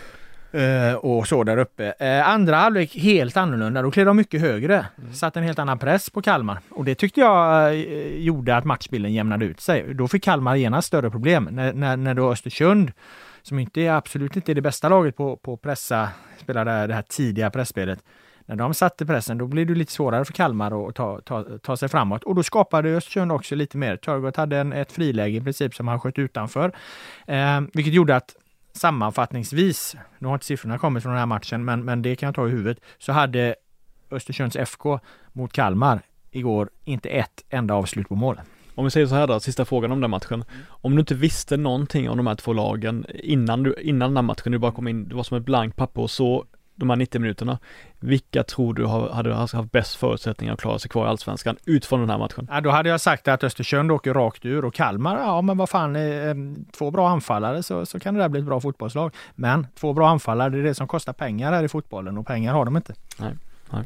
Uh, och så där uppe. Uh, andra halvlek helt annorlunda. Då klev de mycket högre. Mm. Satt en helt annan press på Kalmar. Och det tyckte jag uh, gjorde att matchbilden jämnade ut sig. Då fick Kalmar genast större problem. När, när, när då Östersund, som inte är, absolut inte är det bästa laget på, på pressa, spelade det här tidiga pressspelet. När de satte pressen, då blev det lite svårare för Kalmar att ta, ta, ta sig framåt. Och då skapade Östersund också lite mer. Turgott hade en, ett friläge i princip som han sköt utanför. Uh, vilket gjorde att sammanfattningsvis, nu har inte siffrorna kommit från den här matchen, men, men det kan jag ta i huvudet, så hade Östersunds F K mot Kalmar igår inte ett enda avslut på mål. Om vi säger så här då, sista frågan om den matchen. Mm. Om du inte visste någonting om de här två lagen innan, du, innan den här matchen, du bara kom in, det var som ett blankt papper och så de här nittio minuterna, vilka tror du hade haft bäst förutsättningar att klara sig kvar i allsvenskan utifrån den här matchen? Ja, då hade jag sagt att Östersund åker rakt ur och Kalmar, ja men vad fan, eh, två bra anfallare så, så kan det där bli ett bra fotbollslag. Men två bra anfallare, det är det som kostar pengar här i fotbollen och pengar har de inte. Nej, nej.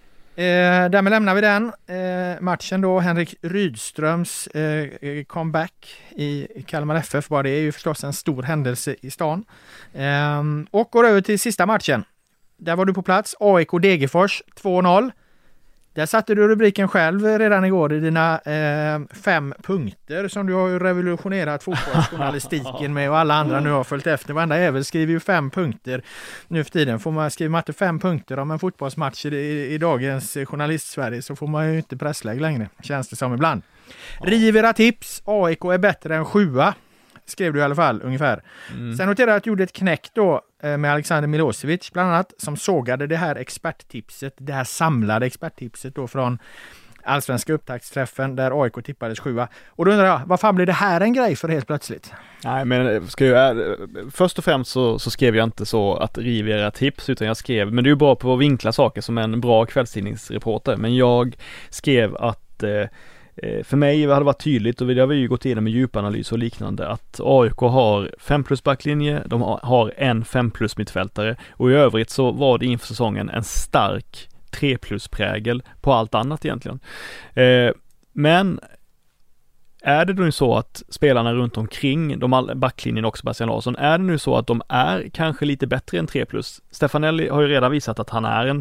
Eh, därmed lämnar vi den eh, matchen då. Henrik Rydströms eh, comeback i Kalmar F F, bara det är ju förstås en stor händelse i stan. Eh, och går över till sista matchen. Där var du på plats. A I K Degerfors två noll. Där satte du rubriken själv redan igår i dina eh, fem punkter som du har ju revolutionerat fotbollsjournalistiken med och alla andra nu har följt efter. Varenda ävel skriver ju fem punkter nu för tiden. Får man skriva matte fem punkter om en fotbollsmatch i, i dagens journalist-Sverige så får man ju inte presslägg längre, känns det som ibland. Ja. Riv era tips. A I K är bättre än sjua. Skrev du i alla fall ungefär. Mm. Sen noterade jag att du gjorde ett knäck då med Alexander Milosevic bland annat som sågade det här experttipset, det här samlade experttipset då från allsvenska upptaktsträffen där A I K tippades sjua. Och då undrar jag, vad fan blir det här en grej för helt plötsligt? Nej, men ska jag, först och främst så, så skrev jag inte så att riva era tips, utan jag skrev, men du är bra på att vinkla saker som en bra kvällstidningsreporter, men jag skrev att eh, för mig hade det varit tydligt, och vi har ju gått igenom med djupanalys och liknande, att A I K har fem plus backlinje, de har en fem plus mittfältare och i övrigt så var det inför säsongen en stark tre plus prägel på allt annat egentligen. Men är det nu så att spelarna runt omkring de all, backlinjen och Sebastian Larsson, är det nu så att de är kanske lite bättre än tre plus? Stefanelli har ju redan visat att han är en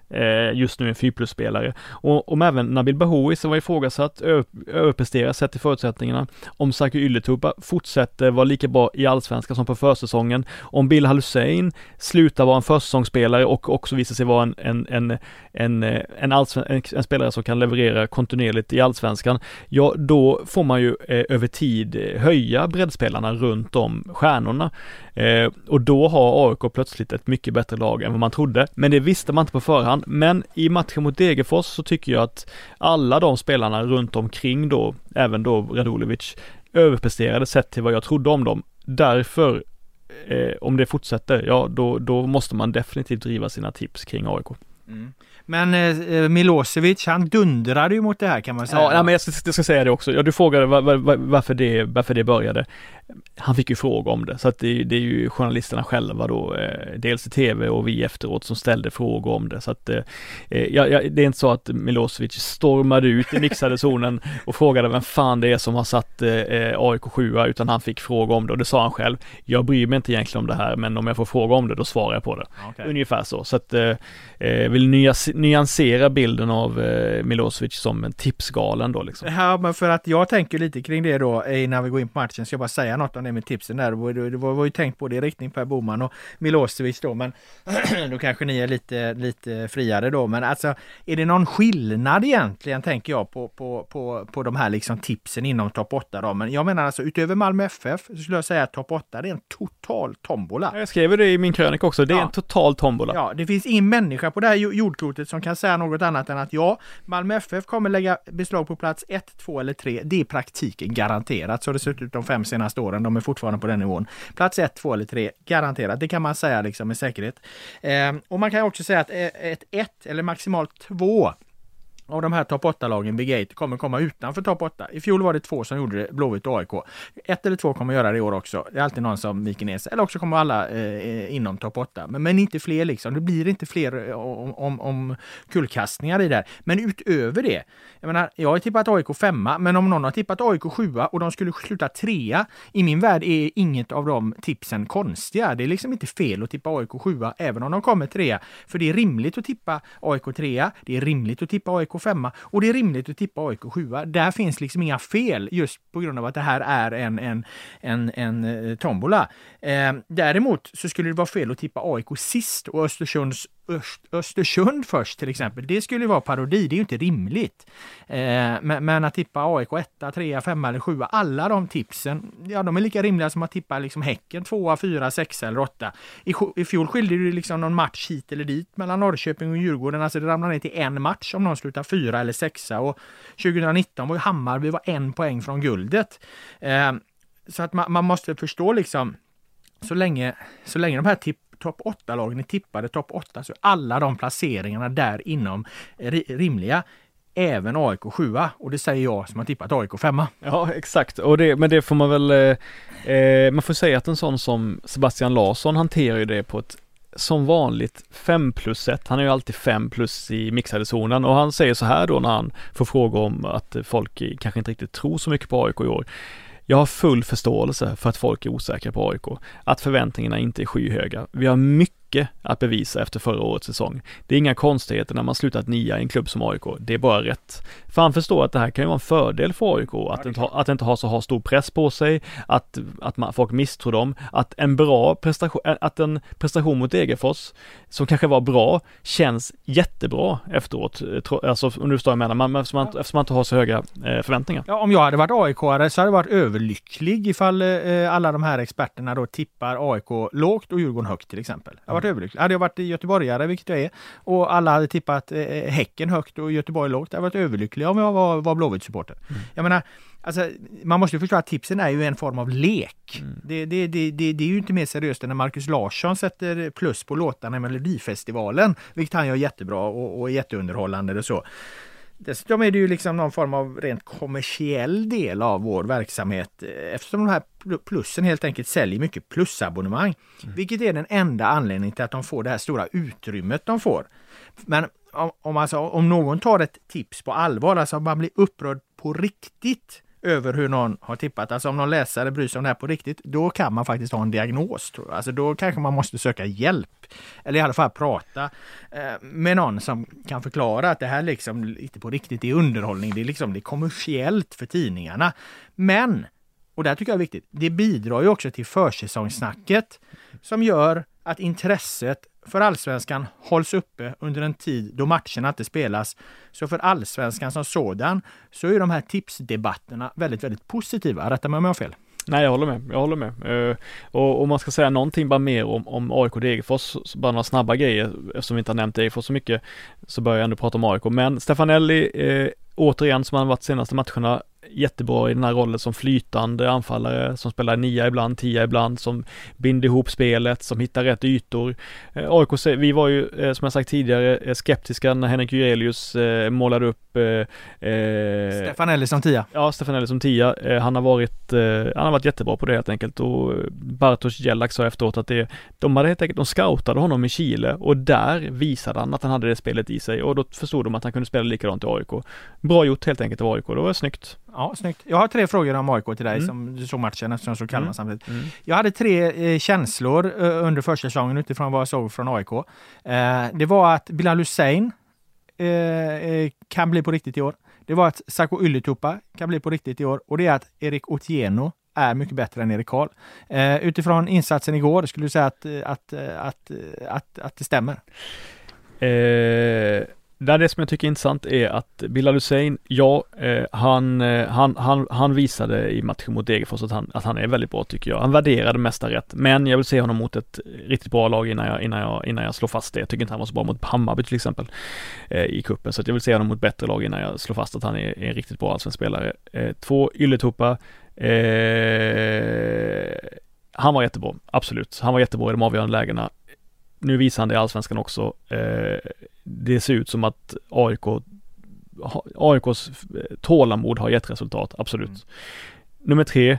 just nu en fyra plus-spelare. Och om även Nabil Bahoui, som var ifrågasatt, överpresterar sett till förutsättningarna, om Saki Ylätupa fortsätter vara lika bra i allsvenskan som på försäsongen, om Bilal Hussein slutar vara en försäsongsspelare och också visar sig vara en, en, en, en, en, allsven- en, en spelare som kan leverera kontinuerligt i allsvenskan, ja då får man ju eh, över tid höja breddspelarna runt om stjärnorna. Eh, och då har A I K plötsligt ett mycket bättre lag än vad man trodde, men det visste man inte på förhand. Men i matchen mot Degerfors så tycker jag att alla de spelarna runt omkring då, även då Radulovic, överpresterade sett till vad jag trodde om dem. Därför, eh, om det fortsätter, ja då, då måste man definitivt driva sina tips kring A I K. Mm. Men eh, Milosevic, han dundrade ju mot det här, kan man säga. Ja, nej, men jag ska, jag ska säga det också. Ja, du frågade var, var, varför, det, varför det började. Han fick ju fråga om det, så att det, det är ju journalisterna själva då, eh, dels i tv och vi efteråt, som ställde frågor om det. Så att eh, ja, ja, det är inte så att Milosevic stormade ut i mixade zonen och frågade vem fan det är som har satt eh, A I K sju, utan han fick fråga om det, och det sa han själv. Jag bryr mig inte egentligen om det här, men om jag får fråga om det, då svarar jag på det. Okay. Ungefär så. Så att eh, vill nyas, nyansera bilden av eh, Milosevic som en tipsgalen då liksom. Ja, men för att jag tänker lite kring det då innan vi går in på matchen, så jag bara säga något om det med tipsen där. Det var, det var, det var ju tänkt på det i riktning Per Boman och Milosevic då, men då kanske ni är lite, lite friare då, men alltså är det någon skillnad egentligen, tänker jag, på, på, på, på de här liksom tipsen inom topp åtta då? Men jag menar alltså utöver Malmö F F så skulle jag säga att topp åtta, det är en total tombola. Jag skrev det i min krönika också, det är ja. en total tombola. Ja, det finns ingen människa på det här jordklotet som kan säga något annat än att ja, Malmö F F kommer lägga beslag på plats ett, två eller tre. Det är i praktiken garanterat, så det ser ut de fem senaste åren. De är fortfarande på den nivån. Plats ett, två eller tre, garanterat. Det kan man säga liksom med säkerhet. Eh, och man kan också säga att ett ett eller maximalt två av de här topp åtta-lagen Big Eight kommer komma utanför topp åtta. I fjol var det två som gjorde det, Blåvitt och A I K. Ett eller två kommer göra det i år också. Det är alltid någon som viker ner sig. Eller också kommer alla eh, inom topp åtta. Men, men inte fler liksom. Det blir inte fler om, om, om kullkastningar i det här. Men utöver det, jag menar, jag har tippat A I K femma, men om någon har tippat A I K sjua och de skulle sluta trea, i min värld är inget av de tipsen konstiga. Det är liksom inte fel att tippa A I K sjua även om de kommer trea. För det är rimligt att tippa A I K trea, det är rimligt att tippa A I K femma och det är rimligt att tippa A I K sjua. Där finns liksom inga fel just på grund av att det här är en, en, en, en, en tombola. Eh, däremot så skulle det vara fel att tippa A I K sist och Östersunds Öst, Östersund först till exempel. Det skulle vara parodi, det är ju inte rimligt. Eh, men, men att tippa A I K ett, tre, fem eller sju, alla de tipsen, ja, de är lika rimliga som att tippa liksom Häcken två, fyra, sex eller åtta. I, I fjol skilde det liksom någon match hit eller dit mellan Norrköping och Djurgården. Alltså det ramlade ner till en match om någon slutar fyra eller sexa, och tjugonitton var ju Hammarby var en poäng från guldet. Eh, så att man, man måste förstå liksom, så länge, så länge de här tipp topp åtta-lagen är tippade topp åtta, så är alla de placeringarna där inom rimliga, även A I K sjua, och det säger jag som har tippat A I K femma. Ja, exakt, och det, men det får man väl eh, man får säga att en sån som Sebastian Larsson hanterar ju det på ett som vanligt fem plus sätt. Han är ju alltid fem plus i mixade zonen, och han säger så här då när han får frågor om att folk kanske inte riktigt tror så mycket på A I K i år. Jag har full förståelse för att folk är osäkra på A I K, att förväntningarna inte är skyhöga. Vi har mycket att bevisa efter förra årets säsong. Det är inga konstigheter när man slutat nia i en klubb som A I K. Det är bara rätt. För han förstår att det här kan ju vara en fördel för A I K, att, ja, inte, ha, att inte ha så ha stor press på sig, att, att man, folk misstror dem, att en bra prestation, att en prestation mot Degerfors som kanske var bra känns jättebra efteråt. Alltså, om du förstår vad jag menar, man, eftersom, man, ja. eftersom man inte har så höga eh, förväntningar. Ja, om jag hade varit A I K-are så hade jag varit överlycklig ifall eh, alla de här experterna då tippar A I K lågt och Djurgården högt till exempel. Jag hade varit överlycklig. Hade jag varit göteborgare, vilket jag är, och alla hade tippat eh, Häcken högt och Göteborg lågt, jag hade varit överlycklig om jag var, var Blåvitt-supporter. Mm. Jag menar, alltså, man måste ju förstå att tipsen är ju en form av lek. Mm. Det, det, det, det, det är ju inte mer seriöst än när Marcus Larsson sätter plus på låtarna i Melodifestivalen, vilket han gör jättebra och, och är jätteunderhållande och så. Dessutom är det ju liksom någon form av rent kommersiell del av vår verksamhet, eftersom de här plussen helt enkelt säljer mycket plusabonnemang, mm. vilket är den enda anledningen till att de får det här stora utrymmet de får. Men om, om, alltså, om någon tar ett tips på allvar, alltså man blir upprörd på riktigt över hur någon har tippat. Alltså om någon läsare bryr sig om det här på riktigt, då kan man faktiskt ha en diagnos, tror jag. Alltså då kanske man måste söka hjälp. Eller i alla fall prata eh, med någon som kan förklara att det här liksom inte på riktigt är underhållning. Det är liksom det är kommersiellt för tidningarna. Men, och det här tycker jag är viktigt, det bidrar ju också till försäsongssnacket som gör att intresset för allsvenskan hålls uppe under en tid då matcherna inte spelas. Så för allsvenskan som sådan så är de här tipsdebatterna väldigt, väldigt positiva. Rätta mig om jag har fel. Nej, jag håller med. Jag håller med. Uh, och om man ska säga någonting bara mer om, om A I K Degerfors, så bara några snabba grejer, eftersom vi inte har nämnt Degerfors så mycket, så börjar jag ändå prata om A I K. Men Stefanelli, uh, återigen som han varit senaste matcherna, jättebra i den här rollen som flytande anfallare som spelar nia ibland, tia ibland, som binder ihop spelet, som hittar rätt ytor. Eh, A I K, vi var ju eh, som jag sagt tidigare skeptiska när Henrik Jurelius eh, målade upp eh, Stefanelli som tia. Ja, Stefanelli som tia. Eh, han har varit eh, han har varit jättebra på det helt enkelt, och Bartosz Jelak sa efteråt att det, de hade helt enkelt, de scoutade honom i Chile och där visade han att han hade det spelet i sig, och då förstod de att han kunde spela likadant i A I K. Bra gjort helt enkelt av A I K, det var snyggt. Ja, snyggt. Jag har tre frågor om A I K till dig mm. som du såg matchen eftersom så kallar man mm. samtidigt. Mm. Jag hade tre eh, känslor eh, under första säsongen utifrån vad jag såg från A I K. Eh, det var att Bilal Hussein eh, kan bli på riktigt i år. Det var att Sako Ylätupa kan bli på riktigt i år. Och det är att Erik Otieno är mycket bättre än Erik Karl. Eh, utifrån insatsen igår skulle du säga att, att, att, att, att det stämmer? Eh... Det, det som jag tycker är intressant är att Bilal Hussein, ja, eh, han, eh, han, han, han visade i matchen mot Degerfors att han, att han är väldigt bra tycker jag. Han värderade mesta rätt, men jag vill se honom mot ett riktigt bra lag innan jag, innan jag, innan jag slår fast det. Jag tycker inte han var så bra mot Hammarby till exempel eh, i kuppen, så att jag vill se honom mot bättre lag innan jag slår fast att han är, är en riktigt bra allsvensk spelare. Eh, två, Ylätupa, eh, han var jättebra, absolut. Han var jättebra i de avgörande lägena. Nu visar han det i allsvenskan också. Eh, det ser ut som att A I K A I K:s tålamod har gett resultat, absolut. Mm. Nummer tre,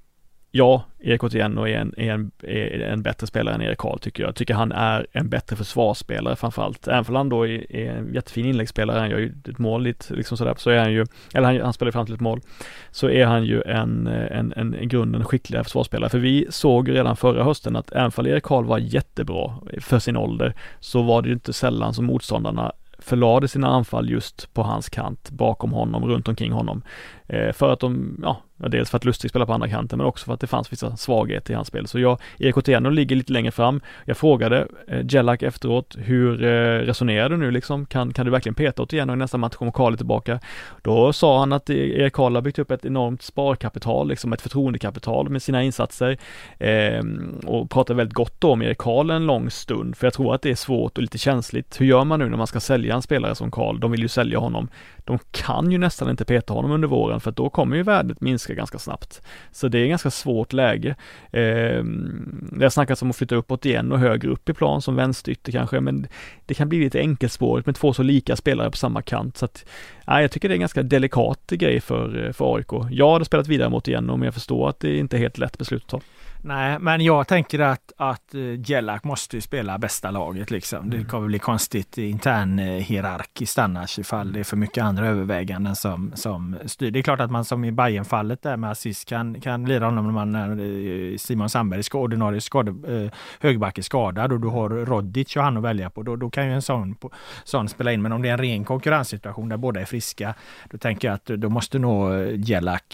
ja, Erik Otieno är en, är, en, är en bättre spelare än Erik Karl tycker jag. Jag tycker han är en bättre försvarsspelare framförallt. Även för han då är, är en jättefin inläggsspelare, han gör ju ett mål lite liksom sådär, så är han ju, eller han, han spelar fram till ett mål, så är han ju en, en, en, en grunden skickligare försvarsspelare. För vi såg redan förra hösten att även för Erik Karl var jättebra för sin ålder, så var det ju inte sällan som motståndarna förlade sina anfall just på hans kant, bakom honom, runt omkring honom. Eh, för att de, ja, dels för att Lustig spelar på andra kanten, men också för att det fanns vissa svagheter i hans spel. Så jag, Erik Otieno ligger lite längre fram. Jag frågade eh, Jelak efteråt, hur eh, resonerar du nu liksom? Kan, kan du verkligen peta Otieno i nästa match om Karl är tillbaka? Då sa han att Erik Karl har byggt upp ett enormt sparkapital, liksom ett förtroendekapital med sina insatser, eh, och pratade väldigt gott om Erik Karl en lång stund, för jag tror att det är svårt och lite känsligt. Hur gör man nu när man ska sälja en spelare som Karl? De vill ju sälja honom. De kan ju nästan inte peta honom under våren, för att då kommer ju värdet minska ganska snabbt. Så det är ett ganska svårt läge. Eh, det har snackats om att flytta uppåt igen och högre upp i plan som vänsterytter kanske, men det kan bli lite enkelspårigt med två så lika spelare på samma kant. Så att, ja, jag tycker det är en ganska delikat grej för, för A I K. Jag hade spelat vidare mot igen, men jag förstår att det inte är helt lätt beslut att ta. Nej, men jag tänker att, att Jelak måste spela bästa laget liksom. Det kommer bli konstigt intern hierarkiskt annars ifall det är för mycket andra överväganden som, som styr. Det är klart att man som i Bayern-fallet där med assist kan, kan lira honom när man när Simon Sandberg är ordinarie skade, högback är skadad och du har Rodic och han att välja på. Då, då kan ju en sån, sån spela in. Men om det är en ren konkurrenssituation där båda är friska, då tänker jag att då måste nog Jelak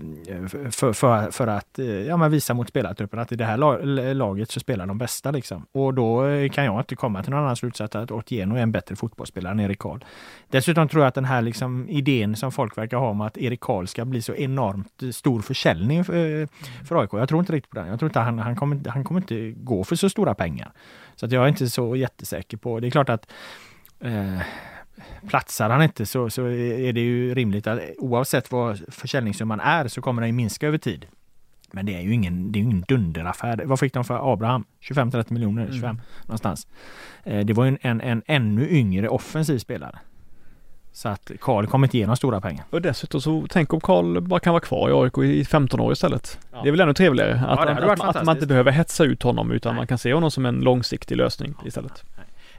för, för, för att ja, man visa mot spelarna att i det här laget så spelar de bästa liksom. Och då kan jag inte komma till någon annan slutsats att Otieno är en bättre fotbollsspelare än Erik Karl. Dessutom tror jag att den här liksom idén som folk verkar ha om att Erik Karl ska bli så enormt stor försäljning för, för A I K. Jag tror inte riktigt på den. Jag tror inte han, han, kommer, han kommer inte gå för så stora pengar. Så att jag är inte så jättesäker på. Det är klart att eh, platsar han inte så, så är det ju rimligt att oavsett vad försäljningssumman är så kommer den minska över tid. Men det är ju ingen, det är ju ingen dunderaffär. Vad fick de för Abraham? tjugofem till trettio miljoner, tjugofem mm. någonstans. Eh, det var ju en, en, en ännu yngre offensiv spelare. Så att Karl kommer inte ge några stora pengar. Och dessutom så tänk om Karl bara kan vara kvar i A I K i femton år istället. Ja. Det är väl ännu trevligare att, ja, att, att, att man inte behöver hetsa ut honom utan Nej. Man kan se honom som en långsiktig lösning ja. istället.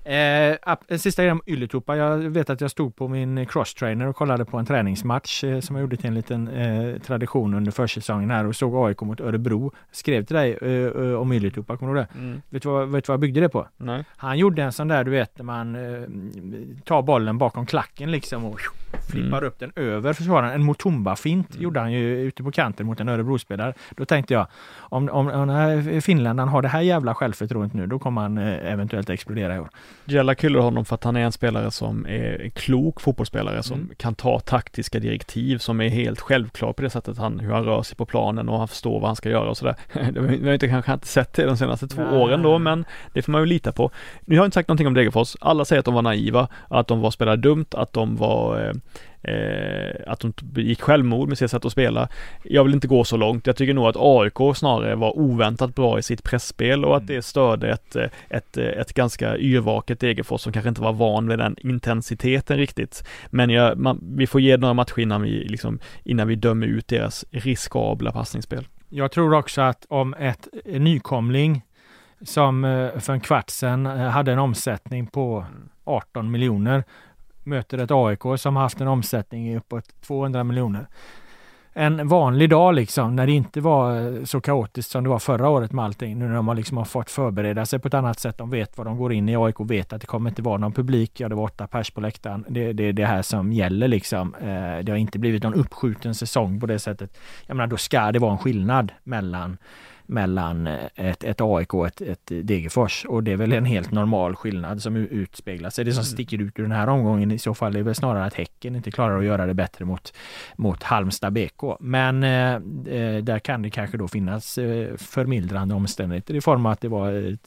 Eh, en sista grej om Ylätupa. Jag vet att jag stod på min crosstrainer och kollade på en träningsmatch eh, som jag gjorde till en liten eh, tradition under försäsongen här och såg A I K mot Örebro. Skrev till dig eh, om Ylätupa, kommer du det? Mm. Vet du vad, vet vad jag byggde det på? Nej. Han gjorde en sån där, du vet, när man eh, tar bollen bakom klacken liksom och flippar mm. upp den över försvararen. En Mutumba-fint mm. gjorde han ju ute på kanten mot en Örebro-spelare. Då tänkte jag, om, om, om den här finländaren har det här jävla självförtroendet nu, då kommer han eh, eventuellt explodera i år. Jella kyller honom för att han är en spelare som är en klok fotbollsspelare som mm. kan ta taktiska direktiv som är helt självklar på det sättet han, hur han rör sig på planen och han förstår vad han ska göra och sådär. Vi har inte kanske inte sett det de senaste två Nej. åren då, men det får man ju lita på. Nu har jag inte sagt någonting om Degerfors. Alla säger att de var naiva, att de var spelare dumt, att de var eh, Eh, att de gick självmord med sitt sätt att spela. Jag vill inte gå så långt. Jag tycker nog att A I K snarare var oväntat bra i sitt pressspel och att det störde ett, ett, ett ganska yrvaket Degerfors som kanske inte var van vid den intensiteten riktigt. Men jag, man, vi får ge några matcher innan vi, liksom, innan vi dömer ut deras riskabla passningsspel. Jag tror också att om ett nykomling som för en kvart sedan hade en omsättning på arton miljoner möter ett A I K som har haft en omsättning uppåt tvåhundra miljoner. En vanlig dag liksom, när det inte var så kaotiskt som det var förra året med allting, nu när de har, liksom har fått förbereda sig på ett annat sätt, de vet vad de går in i, A I K vet att det kommer inte vara någon publik, ja det var åtta pers på läktaren, det, det är det här som gäller liksom. Eh, det har inte blivit någon uppskjuten säsong på det sättet. Jag menar, då ska det vara en skillnad mellan mellan ett, ett A I K och ett, ett Degerfors, och det är väl en helt normal skillnad som utspeglar sig. Det som sticker ut ur den här omgången i så fall är väl snarare att Häcken inte klarar att göra det bättre mot, mot Halmstad B K, men eh, där kan det kanske då finnas eh, förmildrande omständigheter i form av att det var ett,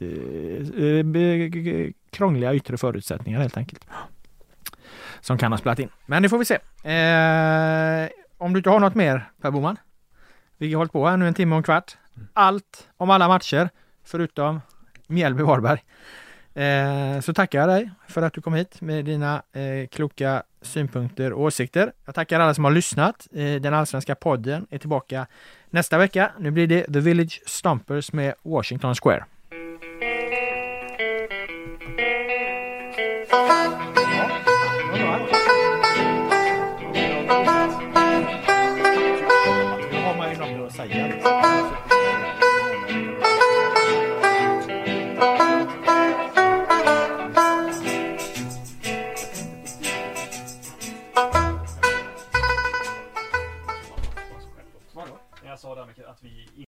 eh, krångliga yttre förutsättningar helt enkelt som kan ha spelat in, men det får vi se. Eh, om du inte har något mer, Per Boman, vi har hållit på här nu en timme och en kvart. Allt om alla matcher förutom Mjällby-Varberg. Eh, så tackar jag dig för att du kom hit med dina eh, kloka synpunkter och åsikter. Jag tackar alla som har lyssnat. Eh, den allsvenska podden är tillbaka nästa vecka. Nu blir det The Village Stompers med Washington Square. Jag sa där mycket att vi